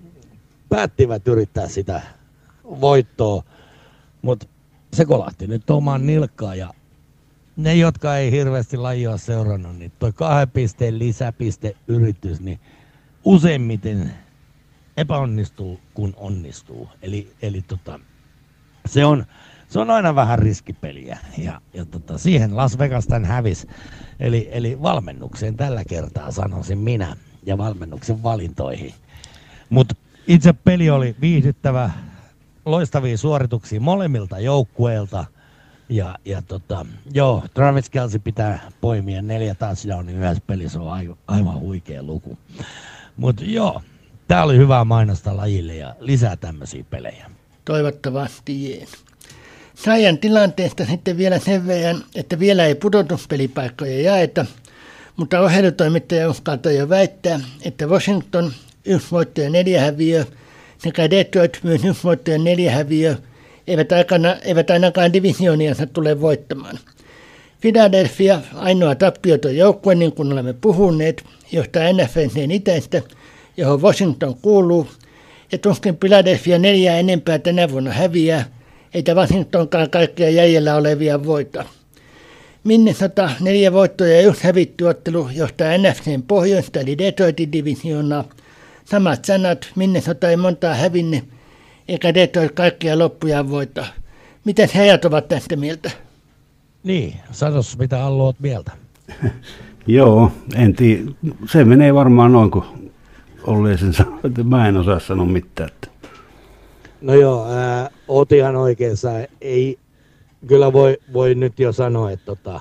päättivät yrittää sitä voittoa, mutta se kolahti nyt omaan nilkkaan ja ne, jotka ei hirveästi lajia seurannut, niin toi kahden pisteen lisäpisteyritys, niin useimmiten epäonnistuu, kun onnistuu. Eli, eli tota, se, on, se on aina vähän riskipeliä ja, ja tota, siihen Las Vegas tämän hävisi. Eli, eli valmennukseen tällä kertaa sanoisin minä ja valmennuksen valintoihin. Mutta itse peli oli viihdyttävä, loistavia suorituksia molemmilta joukkueilta. Ja, ja tota, joo, Travis Kelce pitää poimia neljä touchdownia yhdessä pelissä, on aivan, aivan huikea luku. Mutta joo, tää oli hyvää mainosta lajille ja lisää tämmöisiä pelejä. Toivottavasti jeen. Saijan tilanteesta sitten vielä sen verran, että vielä ei pudotuspelipaikkoja jaeta, mutta ohjelmatoimittaja uskaltaa jo väittää, että Washington yksi voitto ja neljä häviö sekä Detroit myös yksi voitto ja neljä häviö eivät, aikana, eivät ainakaan divisioniansa tule voittamaan. Philadelphia, ainoa tappioton joukkue, niin kuin olemme puhuneet, johtaa N F L:n itäistä, johon Washington kuuluu, ja tuskin Philadelphia neljää enempää tänä vuonna häviää, eikä Washingtonkaan kaikkia jäljellä olevia voita. Minnesota neljä voittoja ja yksi hävitty ottelu johtaa N F L:n pohjoista eli Detroitin divisioonaa. Samat sanat, Minnesota ei montaa hävinne, eikä Detroit kaikkia loppujaan voita. Miten heidät ovat tästä mieltä? Niin, sanos mitä haluat mieltä. Joo, en tiedä. Se menee varmaan noin, kun Olli sen sanoo, että mä en osaa sanoa mitään. No joo, ää, oot ihan oikeassa. Ei, kyllä voi, voi nyt jo sanoa, että tota,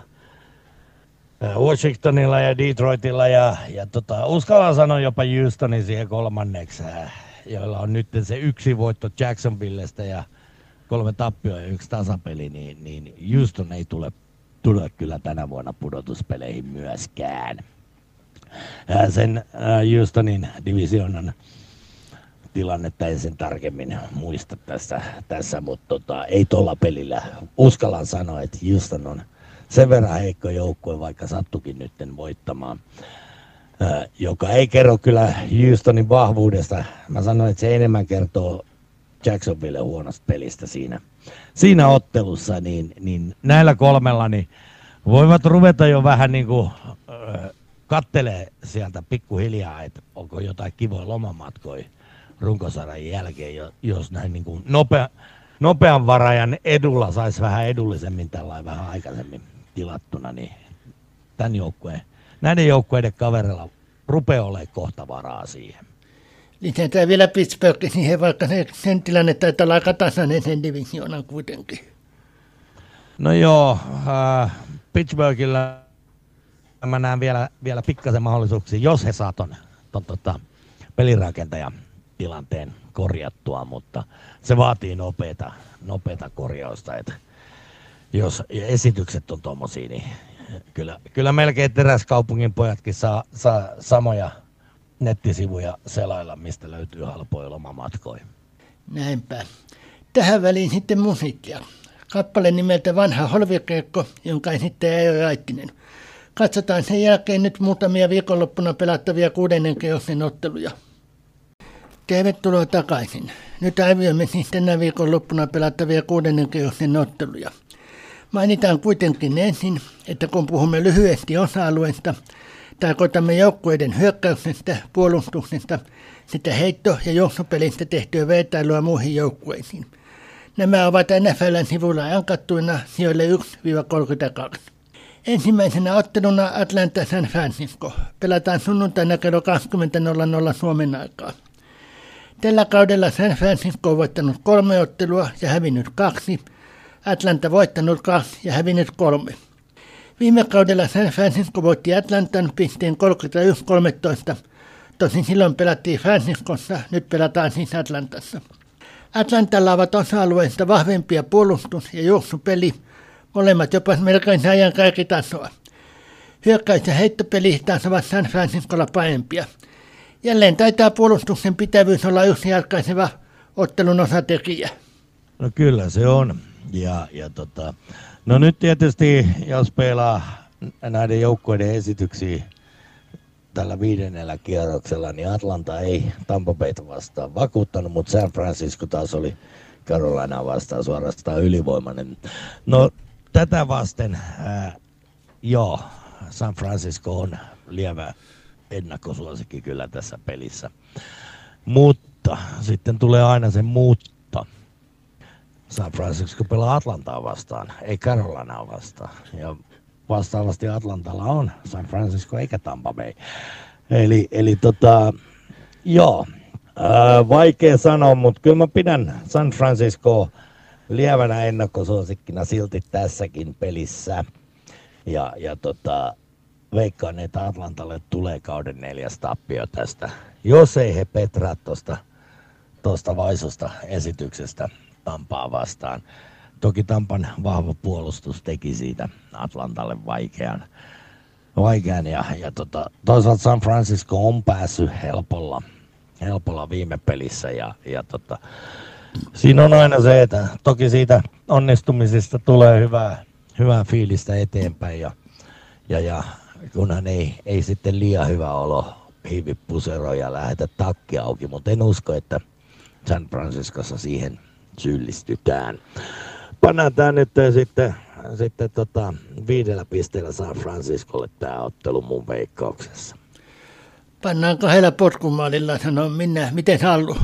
Washingtonilla ja Detroitilla ja, ja tota, uskallan sanoa jopa Houstonin siihen kolmanneksi, joilla on nyt se yksi voitto Jacksonvillestä ja kolme tappioa ja yksi tasapeli, niin, niin Houston ei tule, tule kyllä tänä vuonna pudotuspeleihin myöskään. Sen Houstonin divisionan tilannetta en sen tarkemmin muista tässä, tässä mutta tota, ei tuolla pelillä. Uskallan sanoa, että Houston on sen verran heikko joukkue, vaikka sattukin nytten voittamaan, Ää, joka ei kerro kyllä Houstonin vahvuudesta. Mä sanoin, että se enemmän kertoo Jacksonville huonosta pelistä siinä, siinä ottelussa, niin, niin näillä kolmella niin voivat ruveta jo vähän niin kuin äh, kattelee sieltä pikkuhiljaa, että onko jotain kivoja lomamatkoja runkosarjan jälkeen, jos näin niin kuin nopea, nopean varajan edulla saisi vähän edullisemmin tällainen vähän aikaisemmin tilattuna, niin tämän joukkueen, näiden joukkueiden kaverilla rupeaa olemaan kohta varaa siihen. Lisätään vielä Pittsburgh siihen, vaikka se, sen tilanne taitaa olla aika tasainen sen divisioonan kuitenkin. No joo, äh, Pittsburghillä mä näen vielä, vielä pikkasen mahdollisuuksia, jos he saa ton, ton tota, pelirakentajan tilanteen korjattua, mutta se vaatii nopeata, nopeata korjausta, että jos esitykset on tommosia, niin kyllä, kyllä melkein Teräskaupungin pojatkin saa, saa samoja nettisivuja selailla, mistä löytyy halpoja lomamatkoja. Näinpä. Tähän väliin sitten musiikkia. Kappale nimeltä Vanha Holvikiekko, jonka esittäjä ei ole Aittinen. Katsotaan sen jälkeen nyt muutamia viikonloppuna pelattavia kuudennen kierroksen otteluja. Tervetuloa takaisin. Nyt arvioimme siis tänä viikonloppuna pelattavia kuudennen kierroksen otteluja. Mainitaan kuitenkin ensin, että kun puhumme lyhyesti osa-alueesta, tarkoitamme joukkueiden hyökkäyksestä, puolustuksesta, sitä heitto- ja juoksupelistä tehtyä vertailua muihin joukkueisiin. Nämä ovat N F L:n sivuilla ankattuina sijoille yksi kolmekymmentäkaksi. Ensimmäisenä otteluna Atlanta San Francisco. Pelataan sunnuntaina kello kaksikymmentä nolla nolla Suomen aikaa. Tällä kaudella San Francisco on voittanut kolme ottelua ja hävinnyt kaksi. Atlanta voittanut kaksi ja hävinnyt kolme. Viime kaudella San Francisco voitti Atlantan pisteen kolmekymmentäyksi kolmetoista. Tosin silloin pelattiin Franciscossa, nyt pelataan siis Atlantassa. Atlantalla ovat osa-alueista vahvempia puolustus- ja juoksupeli, molemmat jopa melkein ajan kaikitasoa. Hyökkäys- ja heittopeli taas ovat San Franciscolla parempia. Jälleen taitaa puolustuksen pitävyys olla yksi ratkaiseva ottelun osatekijä. No kyllä se on. Ja, ja tota, no nyt tietysti, jos pelaa näiden joukkueiden esityksiä tällä viidennellä kierroksella, niin Atlanta ei Tampa Bayta vastaan vakuuttanut, mutta San Francisco taas oli Carolina vastaan suorastaan ylivoimainen. No tätä vasten, ää, joo, San Francisco on lievä ennakkosuosikki kyllä tässä pelissä. Mutta sitten tulee aina se muutto. San Francisco pelaa Atlantaa vastaan, ei Carolinaa vastaan. Ja vastaavasti Atlantalla on San Francisco eikä Tampa Bay. Eli, eli tota, joo, ää, vaikea sanoa, mutta kyllä mä pidän San Francisco lievänä ennakkosuosikkina silti tässäkin pelissä. Ja, ja tota, veikkaan, että Atlantalle tulee kauden neljäs tappio tästä, jos ei he petraa tuosta tosta vaisusta esityksestä Tampaa vastaan. Toki Tampan vahva puolustus teki siitä Atlantalle vaikean. vaikean ja, ja tota, toisaalta San Francisco on päässyt helpolla, helpolla viime pelissä. Ja, ja tota, siinä on aina se, että toki siitä onnistumisesta tulee hyvää, hyvää fiilistä eteenpäin. Ja, ja, ja kunhan ei, ei sitten liian hyvä olo hiivi puseroon ja lähetä takki auki. Mutta en usko, että San Franciscossa siihen syyllistytään. Pannaan tää nyt sitten, sitten tota, viidellä pisteellä San Franciscolle tää ottelu mun veikkauksessa. Pannaan kahdella potkumaalilla, sanoo minä. Miten Hallu?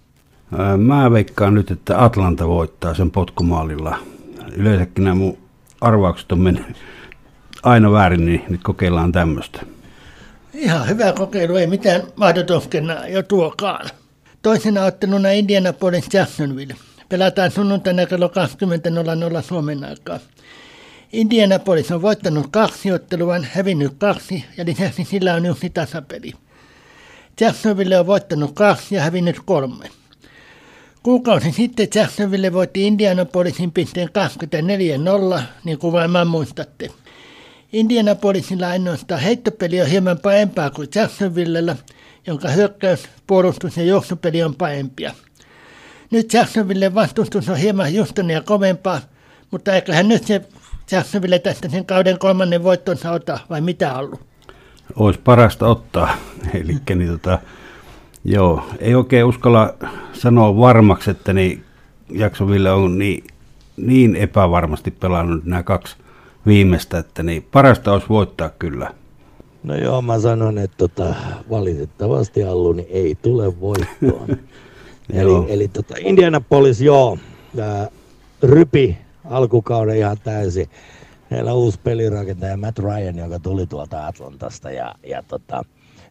Mä veikkaan nyt, että Atlanta voittaa sen potkumaalilla. Yleensäkin nämä mun arvaukset on mennyt aina väärin, niin nyt kokeillaan tämmöistä. Ihan hyvä kokeilu, ei mitään mahdotonskena jo tuokaan. Toisena otteluna Indianapolis Jacksonville. Pelataan sunnuntaina kello kaksikymmentä nolla nolla Suomen aikaa. Indianapolis on voittanut kaksi ottelua, hävinnyt kaksi ja lisäksi sillä on yksi tasapeli. Jacksonville on voittanut kaksi ja hävinnyt kolme. Kuukausi sitten Jacksonville voitti Indianapolisin pisteen kaksikymmentäneljä nolla, niin kuin varmaan muistatte. Indianapolisilla ainoastaan heittopeli on hieman parempaa kuin Jacksonvillellä, jonka hyökkäys, puolustus ja juoksupeli on parempia. Nyt Jacksonvillen vastustus on hieman Houstonia kovempaa, mutta eiköhän nyt se Jacksonville tästä sen kauden kolmannen voittonsa ota, vai mitä ollut? Olisi parasta ottaa. Elikkä niin tota, joo, ei oikein uskalla sanoa varmaksi, että niin Jacksonville on niin, niin epävarmasti pelannut nämä kaksi viimeistä, että niin parasta olisi voittaa kyllä. No joo, mä sanon, että tota, valitettavasti Allu niin ei tule voittoon. eli eli tota, Indianapolis, joo, ää, rypi alkukauden ihan täysin. Heillä on uusi pelirakentaja Matt Ryan, joka tuli tuolta Atlantasta ja, ja tota,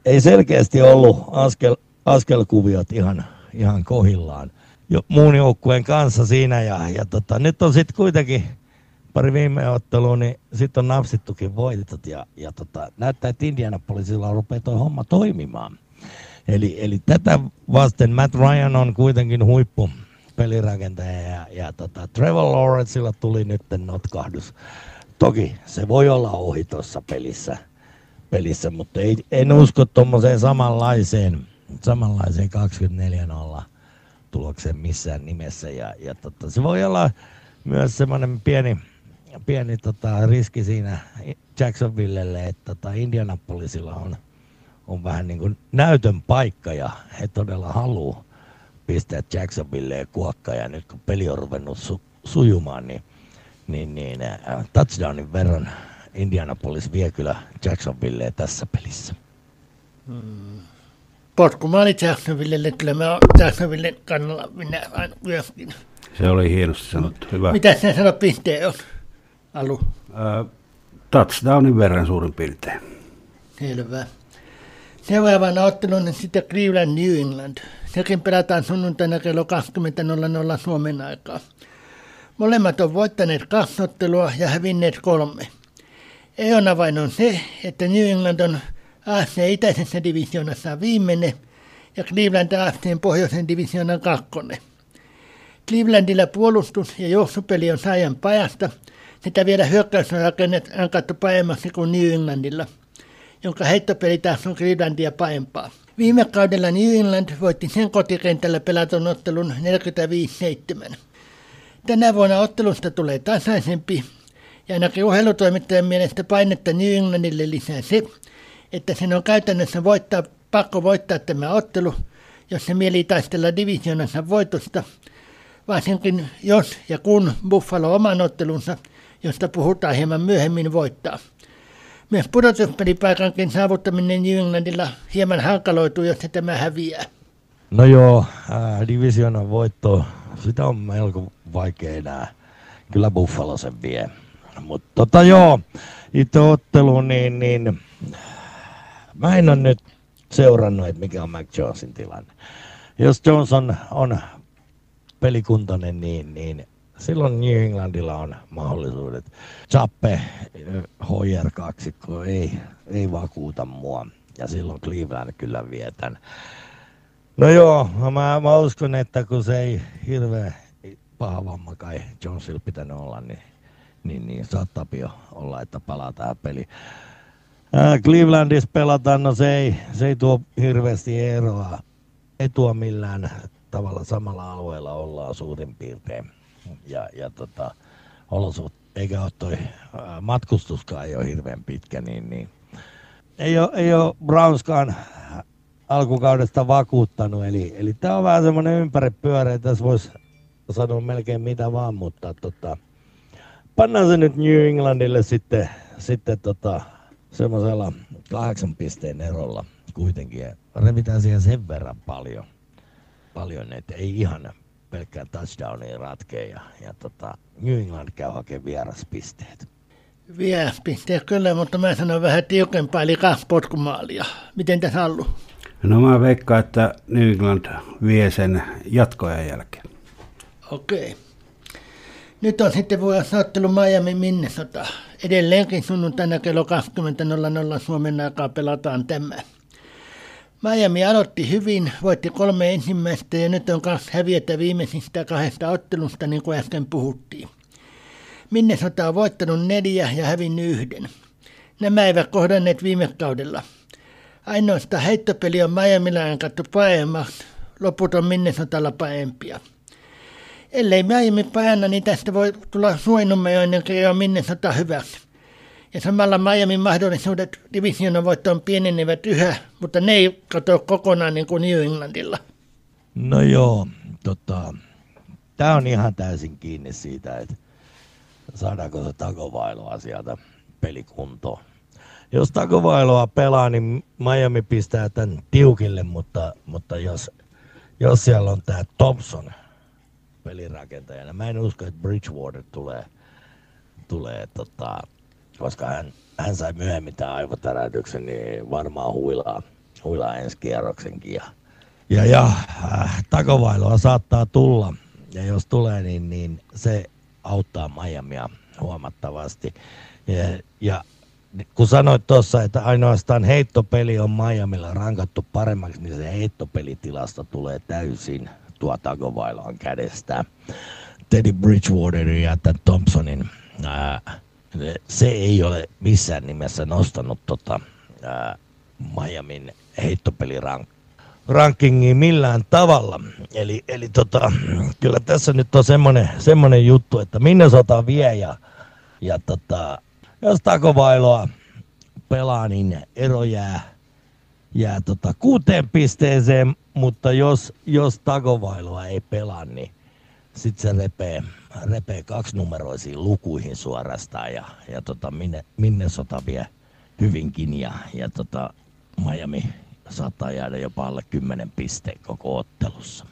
ei selkeästi ollut askel, askelkuviot ihan, ihan kohillaan jo muun joukkueen kanssa siinä. Ja, ja tota, nyt on sitten kuitenkin pari viime ottelua, niin sitten on napsittukin voitot. Ja, ja tota, näyttää, että Indianapolisilla rupeaa tuo homma toimimaan. Eli, eli tätä vasten Matt Ryan on kuitenkin huippu pelirakentaja ja, ja tota, Trevor Lawrencella tuli nyt notkahdus. Toki se voi olla ohi tuossa pelissä, pelissä, mutta ei, en usko tuommoiseen samanlaiseen, samanlaiseen kaksikymmentäneljä nolla tulokseen missään nimessä. Ja, ja tota, se voi olla myös semmoinen pieni, pieni tota, riski siinä Jacksonvillelle, että tota, Indianapolisilla on, on vähän niin kuin näytön paikka ja he todella haluaa pistää Jacksonvilleen kuokka. Ja nyt kun peli on ruvennut su, sujumaan, niin Niin, niin äh, touchdownin verran Indianapolis vie kyllä Jacksonvilleen tässä pelissä. Hmm. Potkumaali Jacksonvillelle, kyllä mä oon Jacksonvillen kannalla minä aina myöskin. Se oli hienosti sanottu, hyvä. Mitä sinä sanot pisteen on, Alu? Äh, touchdownin verran suurin piirtein. Selvä. Seuraavana otteluna sitten Cleveland New England. Sekin pelataan sunnuntaina kello kaksikymmentä nolla nolla Suomen aikaa. Molemmat on voittaneet kaksi ottelua ja hävinneet kolme. Eona vain on se, että New England on A F C-itäisessä divisioonassa viimeinen ja Cleveland A F C:n pohjoisen divisioonan kakkonen. Clevelandilla puolustus ja juoksupeli on saajan pajasta, sitä vielä hyökkäysrakennet on kattu paremmaksi kuin New Englandilla, jonka heittopeli taas on Clevelandia parempaa. Viime kaudella New England voitti sen kotikentällä pelatun ottelun neljäkymmentäviisi seitsemän. Tänä vuonna ottelusta tulee tasaisempi, ja ainakin urheilutoimittajan mielestä painetta New Englandille lisää se, että sen on käytännössä voittaa, pakko voittaa tämä ottelu, jos se mieli taistella divisioonassa voitosta, varsinkin jos ja kun Buffalo oman ottelunsa, josta puhutaan hieman myöhemmin, voittaa. Myös pudotuspelipaikankin saavuttaminen New Englandilla hieman hankaloituu, jos se tämä häviää. No joo, äh, divisioonan voitto, sitä on melko vaikea enää. Kyllä Buffalo sen vie. Mutta tota joo, itse ottelu, niin, niin mä en ole nyt seurannut, että mikä on Mac Jonesin tilanne. Jos Jones on, on pelikuntoinen, niin, niin silloin New Englandilla on mahdollisuudet. Chappe, Hoyer kaksikko ei, ei vakuuta mua, ja silloin Cleveland kyllä vie tämän. No joo, mä, mä uskon, että kun se ei hirveän paha vamma kai Jonesilla pitänyt olla, niin, niin, niin saattaa olla, että palaa tähän peliin. Ää, Clevelandissa pelataan, no se ei, se ei tuo hirveästi eroa. Ei tuo millään tavalla samalla alueella ollaan suurin piirtein. Ja, ja tota, olosuht, eikä ole toi ää, matkustuskaan ei ole hirveän pitkä, niin, niin ei ole, ei ole Brownskaan alkukaudesta vakuuttanut, eli, eli tämä on vähän semmoinen ympäripyöreä, tässä voisi sanoa melkein mitä vaan, mutta tota, pannaan se nyt New Englandille sitten, sitten tota, semmoisella kahdeksan pisteen erolla kuitenkin, revitään siihen sen verran paljon, paljon että ei ihan pelkkään touchdowniin ratkea, ja, ja tota, New England käy hakemaan vieraspisteet. Vieraspisteet kyllä, mutta mä sanon vähän tiukempaa, eli kaksi potkumaalia. Miten tässä Allu? No mä veikkaan, että New England vie sen jatkoajan jälkeen. Okei. Nyt on sitten vuorossa ottelu Miami Minnesota. Edelleenkin sunnuntaina kello kaksikymmentä nolla nolla Suomen aikaa pelataan tämä. Miami aloitti hyvin, voitti kolme ensimmäistä ja nyt on kaksi häviötä viimeisistä kahdesta ottelusta, niin kuin äsken puhuttiin. Minnesota on voittanut neljä ja hävinnyt yhden. Nämä eivät kohdanneet viime kaudella. Ainoastaan heittopeli on Miamilla ankattu paremmaksi, loput on Minnesotalla parempia. Ellei Miami paranna, niin tästä voi tulla suoinumero ennen kuin on Minnesota hyväksi. Ja samalla Miamin mahdollisuudet divisioonan voittoon pienenevät yhä, mutta ne ei katoa kokonaan niin kuin New Englandilla. No joo, tota, tämä on ihan täysin kiinni siitä, että saadaanko se takovailoa sieltä pelikuntoon. Jos takovailoa pelaa, niin Miami pistää tämän tiukille, mutta, mutta jos, jos siellä on tämä Thompson pelirakentajana, mä en usko, että Bridgewater tulee, tulee tota, koska hän, hän sai myöhemmin tämän aivotärähdyksen, niin varmaan huilaa, huilaa ensi kierroksenkin. Ja, ja, ja äh, takovailoa saattaa tulla, ja jos tulee, niin, niin se auttaa Miamia huomattavasti. Ja, ja kun sanoit tuossa, että ainoastaan heittopeli on Miamilla rankattu paremmaksi, niin se heittopelitilasta tulee täysin tuo Tagovailoan kädestä. Teddy Bridgewaterin ja tämän Thompsonin, ää, se ei ole missään nimessä nostanut tota, ää, Miamin heittopelirankingia millään tavalla. Eli, eli tota, kyllä tässä nyt on semmoinen, semmoinen juttu, että Minnesota vie ja, ja tota, jos Tagovailoa pelaa, niin ero jää, jää tota kuuteen pisteeseen, mutta jos, jos Tagovailoa ei pelaa, niin sitten se repee, repee kaksinumeroisiin lukuihin suorastaan ja, ja tota minne, Minnesota vie hyvinkin ja, ja tota Miami saattaa jäädä jopa alle kymmenen pisteen koko ottelussa.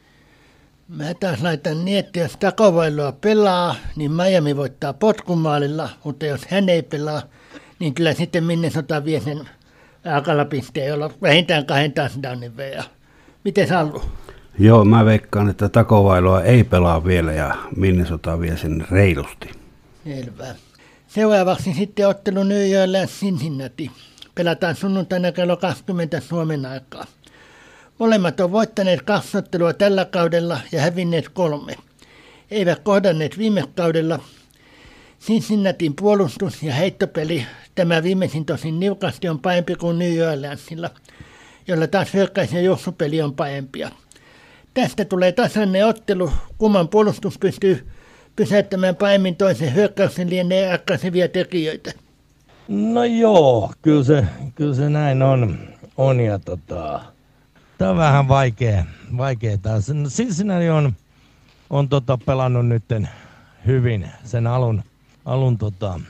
Mä taas laitan niin, että jos Tagovailoa pelaa, niin Miami voittaa potkumaalilla, mutta jos hän ei pelaa, niin kyllä sitten Minnesota vie sen akalla pisteen, jolla vähintään kahden touchdownin vea. Miten Sallu? Joo, mä veikkaan, että Tagovailoa ei pelaa vielä ja Minnesota vie sen reilusti. Selvä. Seuraavaksi sitten ottelu New York Cincinnati. Pelataan sunnuntaina kello kaksikymmentä Suomen aikaa. Molemmat on voittaneet kaksi ottelua tällä kaudella ja hävinneet kolme. Eivät kohdanneet viime kaudella. Cincinnatin puolustus ja heittopeli, tämä viimeisin tosin niukasti, on parempi kuin New Orleansilla, jolla taas hyökkäys- ja juoksupeli on parempia. Tästä tulee tasainen ottelu, kumman puolustus pystyy pysäyttämään paremmin toisen hyökkäyksen lienee ratkaisevia tekijöitä. No joo, kyllä se, kyllä se näin on. on ja tota, tämä on vähän vaikea, vaikea taas. Cincinnati on, on tota pelannut nytten hyvin sen alun, alun tota,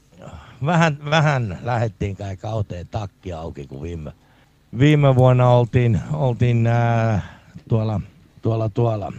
vähän, vähän lähdettiin kai kauteen takki auki, kun viime, viime vuonna oltiin, oltiin ää, tuolla, tuolla, tuolla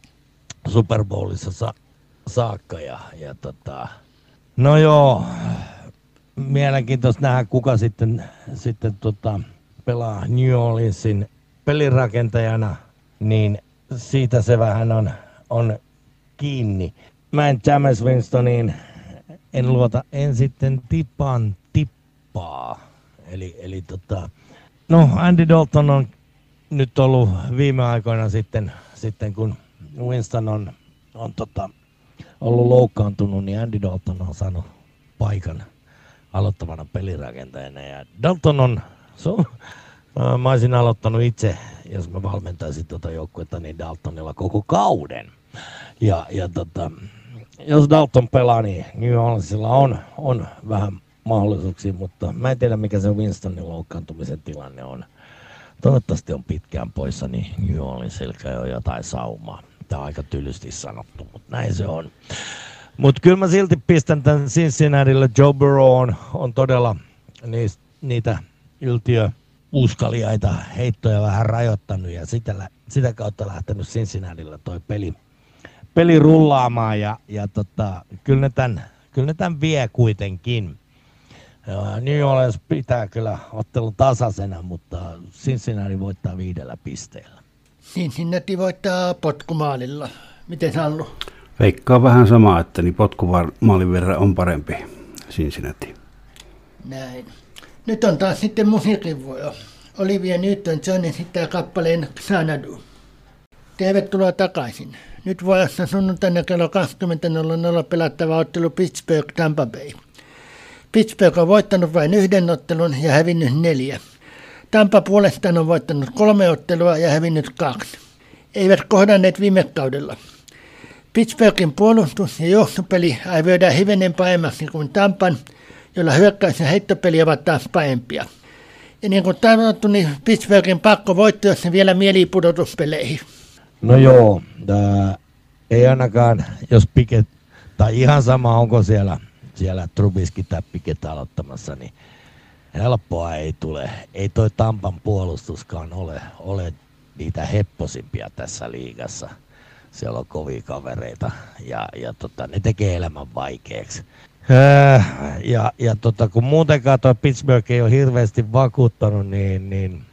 Super Bowlissa sa, saakka ja, ja tota, no joo, mielenkiintoista nähdä, kuka sitten, sitten tota, pelaa New Orleansin pelirakentajana, niin siitä se vähän on, on kiinni. Mä en Jameis Winstoniin, en luota, en sitten tipan tippaa. Eli, eli tota, no Andy Dalton on nyt ollut viime aikoina sitten, sitten kun Winston on, on tota, ollut loukkaantunut, niin Andy Dalton on saanut paikan aloittavana pelirakentajana. Ja Dalton on, so, mä olisin aloittanut itse, jos mä valmentaisin tuota joukkuetta, niin Daltonilla koko kauden. Ja, ja tota, jos Dalton pelaa, niin New Orleansilla on, on vähän mahdollisuuksia, mutta mä en tiedä mikä se Winstonin loukkaantumisen tilanne on. Toivottavasti on pitkään poissa, niin New Orleansilla on jotain saumaa. Tämä on aika tylysti sanottu, mutta näin se on. Mutta kyllä mä silti pistän tämän Cincinnatille. Joe Burrow on, on todella niistä, niitä yltiöuskaliaita heittoja vähän rajoittanut ja sitä, sitä kautta lähtenyt Cincinnatilla toi peli, peli rullaamaan ja, ja tota, kyllä, ne tämän, kyllä ne tämän vie kuitenkin. New Orleans pitää kyllä ottelun tasaisena, mutta Cincinnati voittaa viidellä pisteellä. Cincinnati voittaa potkumaalilla. Miten Sallu? Veikkaa vähän samaa, että niin potkumaalin verran on parempi Cincinnati. Näin. Nyt on taas sitten musiikin vuoro. Olivia Newton-John esittää kappaleen Xanadu. Tervetuloa takaisin. Nyt vuorossa sunnuntaina kello kaksikymmentä nolla nolla pelattava ottelu Pittsburgh Tampa Bay. Pittsburgh on voittanut vain yhden ottelun ja hävinnyt neljä. Tampa puolestaan on voittanut kolme ottelua ja hävinnyt kaksi. Eivät kohdanneet viime kaudella. Pittsburghin puolustus ja juoksupeli arvioidaan hivenen paremmaksi kuin Tampan, jolla hyökkäys ja heittopeli ovat taas parempia. Ja niin kuin sanottu, niin Pittsburghin pakko voittaa, jos se vielä mielii pudotuspeleihin. No joo, tää, ei ainakaan, jos Piket, tai ihan sama onko siellä, siellä Trubisky tai Piket aloittamassa, niin helppoa ei tule. Ei toi Tampan puolustuskaan ole, ole niitä hepposimpia tässä liigassa. Siellä on kovia kavereita ja, ja tota, ne tekee elämän vaikeaksi. Ja, ja tota, kun muutenkaan tuo Pittsburgh ei ole hirveästi vakuuttanut, niin, niin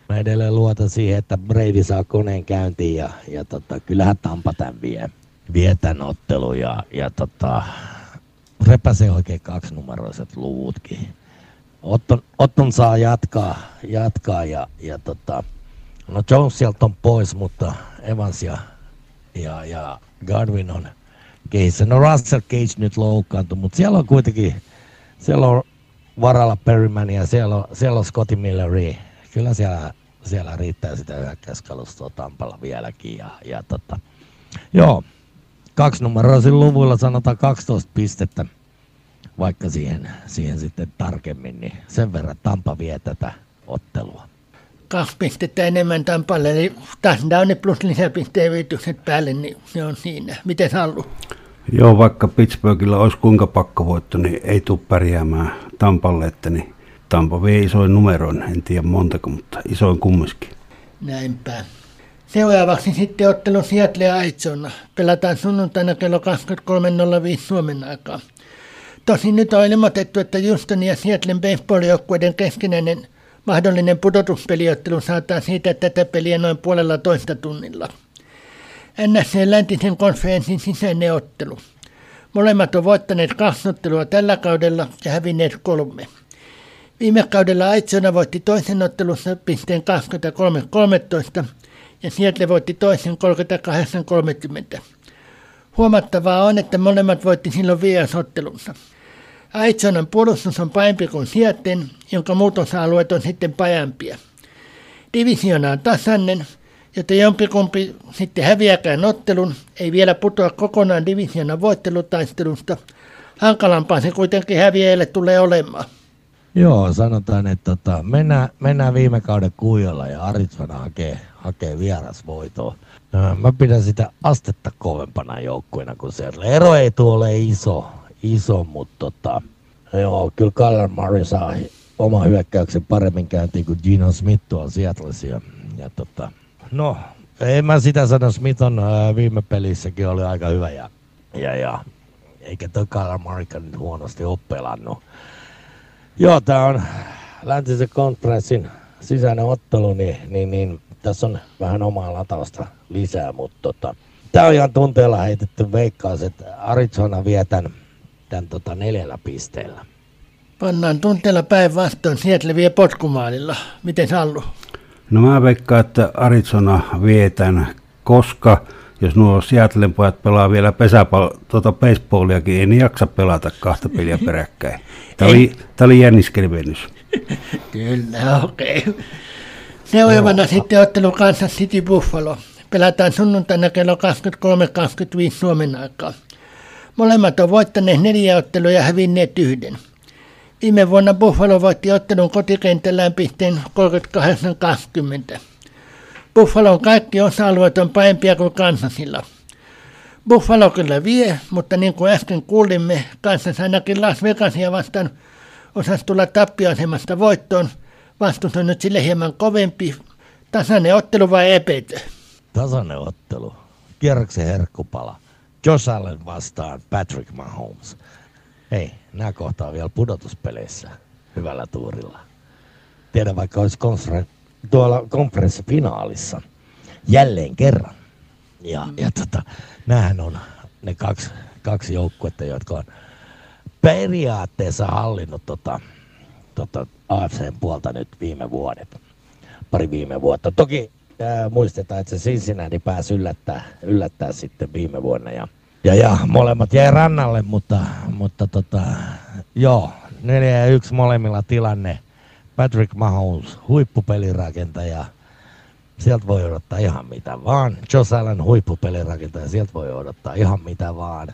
Mä edelleen luotan siihen, että Brady saa koneen käyntiin ja, ja tota, kyllähän Tampa tämän vie, vie tämän ottelun ja, ja tota, repäsee oikein kaksinumeroiset luvutkin. Otton, Otton saa jatkaa, jatkaa ja, ja tota, no Jones sieltä on pois, mutta Evans ja, ja, ja Godwin on kehissä. No Russell Cage nyt loukkaantui, mutta siellä on kuitenkin, siellä on varalla Perryman ja siellä on, siellä on Scotty Millery. Kyllä siellä, siellä riittää sitä hyökkäyskalustoa Tampalla vieläkin. Ja, ja tota, joo, kaksinumeroisilla luvuilla sanotaan kaksitoista pistettä, vaikka siihen, siihen sitten tarkemmin, niin sen verran Tampa vie tätä ottelua. Kaksi pistettä enemmän Tampalle, eli touchdowni plus lisäpisteen viitykset päälle, niin se on siinä. Miten Hallu? Joo, vaikka Pittsburghilla olisi kuinka pakkovoitto, niin ei tule pärjäämään Tampalle, että niin Tampa vie isoin numeroin, en tiedä montako, mutta isoin kumminkin. Näinpä. Seuraavaksi sitten ottelu Seattle ja Arizona. Pelataan sunnuntaina kello kaksikymmentäkolme nolla viisi Suomen aikaa. Tosin nyt on ilmoitettu, että Houstonin ja Seattlen baseball-joukkueiden keskinäinen mahdollinen pudotuspeliottelu saattaa siitä tätä peliä noin puolella toista tunnilla. N F C-läntisen konferenssin sisäinen ottelu. Molemmat on voittaneet kaksi ottelua tällä kaudella ja hävinneet kolme. Viime kaudella Arizona voitti toisen ottelussa pisteen kaksikymmentäkolme kolmetoista ja Seattle voitti toisen kolmekymmentäkahdeksan kolmekymmentä. Huomattavaa on, että molemmat voitti silloin vierasottelunsa. Arizonan puolustus on parempi kuin Seattlen, jonka muutosalueet on sitten parempia. Divisiona on tasainen, joten jompikumpi sitten häviäkään ottelun, ei vielä putoa kokonaan divisionan voittelutaistelusta. Hankalampaa se kuitenkin häviäjälle tulee olemaan. Joo, sanotaan, että tota, mennään, mennään viime kauden kuijolla ja Arizona hakee, hakee vierasvoitoa. Mä pidän sitä astetta kovempana joukkueena kuin Seattle. Ero ei tuo ole iso, iso mutta tota, joo, kyllä Kyler Murray saa oma hyökkäyksen paremmin käyntiin kuin Geno Smith tuolla Seattlessa. Ja, ja tota, no, en mä sitä sano, Smith on ää, viime pelissäkin oli aika hyvä ja, ja, ja eikä toi Kyler Murraykaan nyt huonosti ole pelannut. Joo, tää on läntisen konferenssin sisäinen ottelu, niin, niin, niin tässä on vähän omaa latausta lisää, mutta tota, tää on ihan tunteella heitetty veikkaus, että Arizona vie tän, tän tota neljällä pisteellä. Pannaan tunteella päinvastoin, Seattle vie potkumaalilla. Miten Hallu? No mä veikkaan, että Arizona vie tän, koska jos nuo Seattlen pojat pelaa vielä pesäpal- tuota baseballiakin, ei ne jaksa pelata kahta peliä peräkkäin. Tämä oli, oli jänniskelivennys. Kyllä, okei. Okay. Seuraavana sitten ottelu Kansas City Buffalo. Pelataan sunnuntaina kello kaksikymmentäkolme kaksikymmentäviisi Suomen aikaa. Molemmat on voittaneet neljä ottelua ja hävinneet yhden. Viime vuonna Buffalo voitti ottelun kotikentällään pisteen kolmekymmentäkahdeksan kaksikymmentä. Buffalon kaikki osa-alueet on parempia kuin Kansasilla. Buffalo kyllä vie, mutta niin kuin äsken kuulimme, Kansas ainakin Las Vegasia vastaan osasi tulla tappioasemasta voittoon. Vastus on nyt sille hieman kovempi. Tasainen ottelu vai epetö? Tasainen ottelu. Kierroksen herkkupala. Josh Allen vastaan Patrick Mahomes. Hei, nämä kohtaa vielä pudotuspeleissä hyvällä tuurilla. Tiedän, vaikka olisi konferen- tuolla konferenssifinaalissa jälleen kerran. Ja, mm. ja tota, näähän on ne kaksi, kaksi joukkuetta, jotka on periaatteessa hallinnut tota, tota A F C:n puolta nyt viime vuodet. Pari viime vuotta. Toki ää, muistetaan, että se Cincinnati pääsi yllättää, yllättää sitten viime vuonna. Ja, ja, ja molemmat jäi rannalle, mutta, mutta tota, joo, neljä ja yksi molemmilla tilanne. Patrick Mahomes, huippupelirakentaja. Sieltä voi odottaa ihan mitä vaan. Josh Allen, huippupelirakentaja. Sieltä voi odottaa ihan mitä vaan.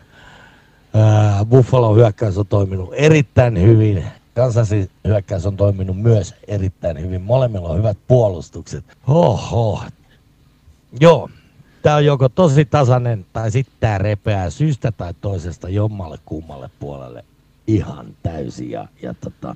Ää, Buffalo hyökkäys on toiminut erittäin hyvin. Kansasin hyökkäys on toiminut myös erittäin hyvin. Molemmilla on hyvät puolustukset. Oho. Joo. Tää on joko tosi tasainen tai sitten tää repeää syystä tai toisesta jommalle kummalle puolelle ihan täysin. Ja, ja tota,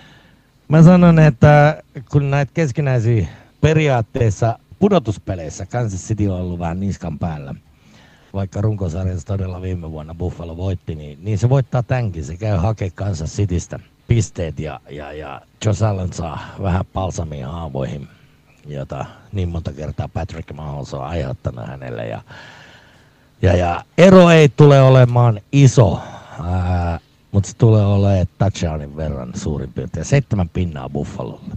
mä sanon, että kun näitä keskinäisiä periaatteessa pudotuspeleissä Kansas City on ollut vähän niskan päällä. Vaikka runkosarjassa todella viime vuonna Buffalo voitti, niin, niin se voittaa tämänkin. Se käy hakemaan Kansas Citystä pisteet ja, ja, ja Josh Allen saa vähän palsamia haavoihin. jota niin monta kertaa Patrick Mahomes on aiheuttanut hänelle. Ja, ja, ja ero ei tule olemaan iso, ää, mutta se tulee olemaan touchdownin verran suurin piirtein. Seitsemän pinnaa Buffalolle.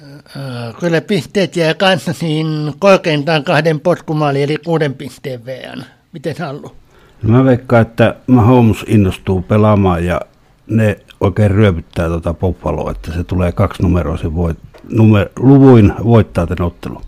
Kyllä pisteet jää kanssa niin korkeintaan kahden potkumaali, eli kuuden pisteen verran. Miten Hallu? No mä veikkaan, että Mahomes innostuu pelaamaan ja ne oikein ryöpyttää tuota Buffaloa, että se tulee kaksinumeroisen voit, numer, luvuin voittaa tämän ottelun.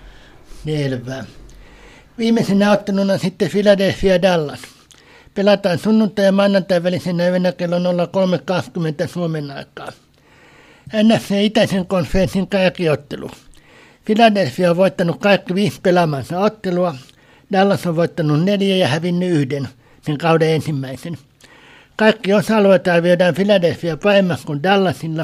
Selvä. Viimeisenä otteluna sitten Philadelphia Dallas. Pelataan sunnuntai- ja maanantai välisenä yönä kello nolla kolme kaksikymmentä Suomen aikaa. N F C Itäisen konferenssin kärkiottelu. Philadelphia on voittanut kaikki viisi pelaamansa ottelua. Dallas on voittanut neljä ja hävinnyt yhden, sen kauden ensimmäisen. Kaikki osa-alueet arvioidaan Philadelphia paremmin kuin Dallasilla.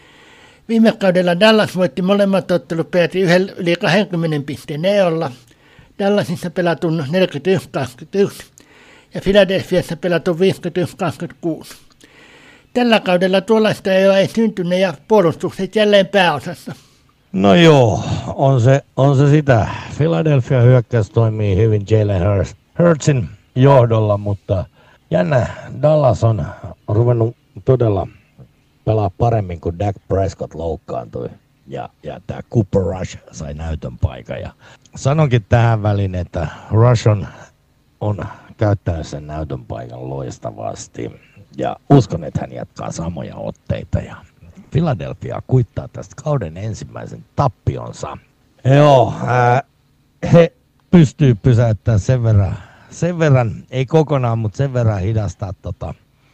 Viime kaudella Dallas voitti molemmat ottelut peräti yli kaksikymmentä pisteen erolla. Dallasissa pelatun neljäkymmentäyksi kaksikymmentäyksi ja Philadelphiassa pelatun viisikymmentäyksi kaksikymmentäkuusi. Tällä kaudella tuollaista eroa ei syntynyt ja puolustukset jälleen pääosassa. No joo, on se, on se sitä. Philadelphia hyökkäys toimii hyvin Jalen Hurtsin johdolla, mutta jännä, Dallas on ruvennut todella pelaa paremmin, kun Dak Prescott loukkaantui ja, ja tämä Cooper Rush sai näytön paikan. Ja sanonkin tähän väliin, että Rush on, on käyttänyt sen näytön paikan loistavasti ja uskon, että hän jatkaa samoja otteita ja Philadelphia kuittaa tästä kauden ensimmäisen tappionsa. Joo, ää, he pystyy pysäyttämään sen verran, sen verran, ei kokonaan, mutta sen verran hidastaa tota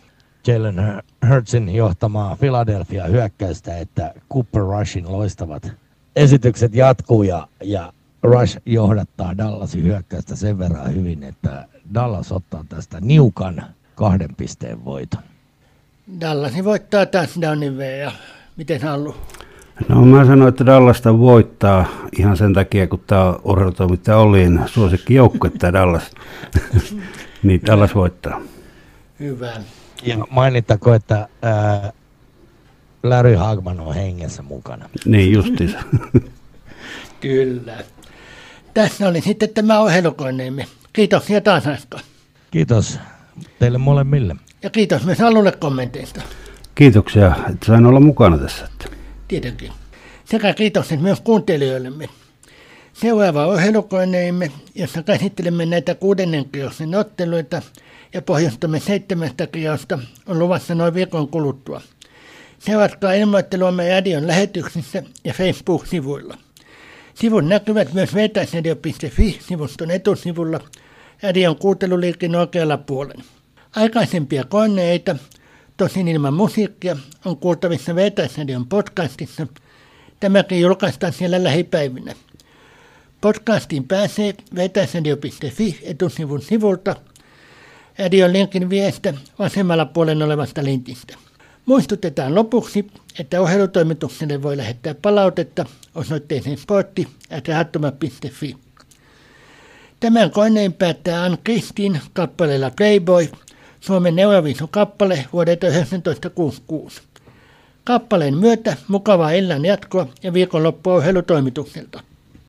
Jalen Hurtsin johtamaa Philadelphia hyökkäystä, että Cooper Rushin loistavat esitykset jatkuu ja, ja Rush johdattaa Dallasin hyökkäystä sen verran hyvin, että Dallas ottaa tästä niukan kahden pisteen voiton. Dallasi voittaa touchdownin ja miten Hallu? No mä sanoin, että Dallasta voittaa ihan sen takia, kun tämä on urheilutoimittaja Ollin suosikki joukkue, tämä Dallas. Niin Dallas voittaa. Hyvä. Ja mainittako, että ää, Larry Hagman on hengessä mukana. Niin justiinsa. Kyllä. Tässä oli sitten tämä ohjelukoneemme. Kiitoksia taas Asko. Kiitos teille molemmille. Ja kiitos myös Hallulle kommenteista. Kiitoksia, että sain olla mukana tässä. Tietenkin. Sekä kiitokset myös kuuntelijoillemme. Seuraava ohjelukoneemme, jossa käsittelemme näitä kuudennen kierroksen otteluita ja pohjustamme seitsemästä kierrosta, on luvassa noin viikon kuluttua. Seuratkaa ilmoitteluamme radion lähetyksissä ja Facebook-sivuilla. Sivut näkyvät myös vertaisradio piste fi-sivuston etusivulla radion kuunteluliikin oikealla puolella. Aikaisempia koneita, tosin ilman musiikkia, on kuultavissa vertaisradion podcastissa. Tämäkin julkaistaan siellä lähipäivinä. Podcastiin pääsee vertaisradio piste fi etusivun sivulta radion linkin viestä vasemmalla puolella olevasta linkistä. Muistutetaan lopuksi, että ohjelutoimitukselle voi lähettää palautetta osoitteeseen sportti ät rahattomat piste fi. Tämän koneen päättää Ann Kristin kappaleella Playboy, Suomen Euroviisu-kappale vuodelta yhdeksäntoista kuusikymmentäkuusi. Kappaleen myötä mukavaa illan jatkoa ja viikonloppua ohjelutoimitukselta.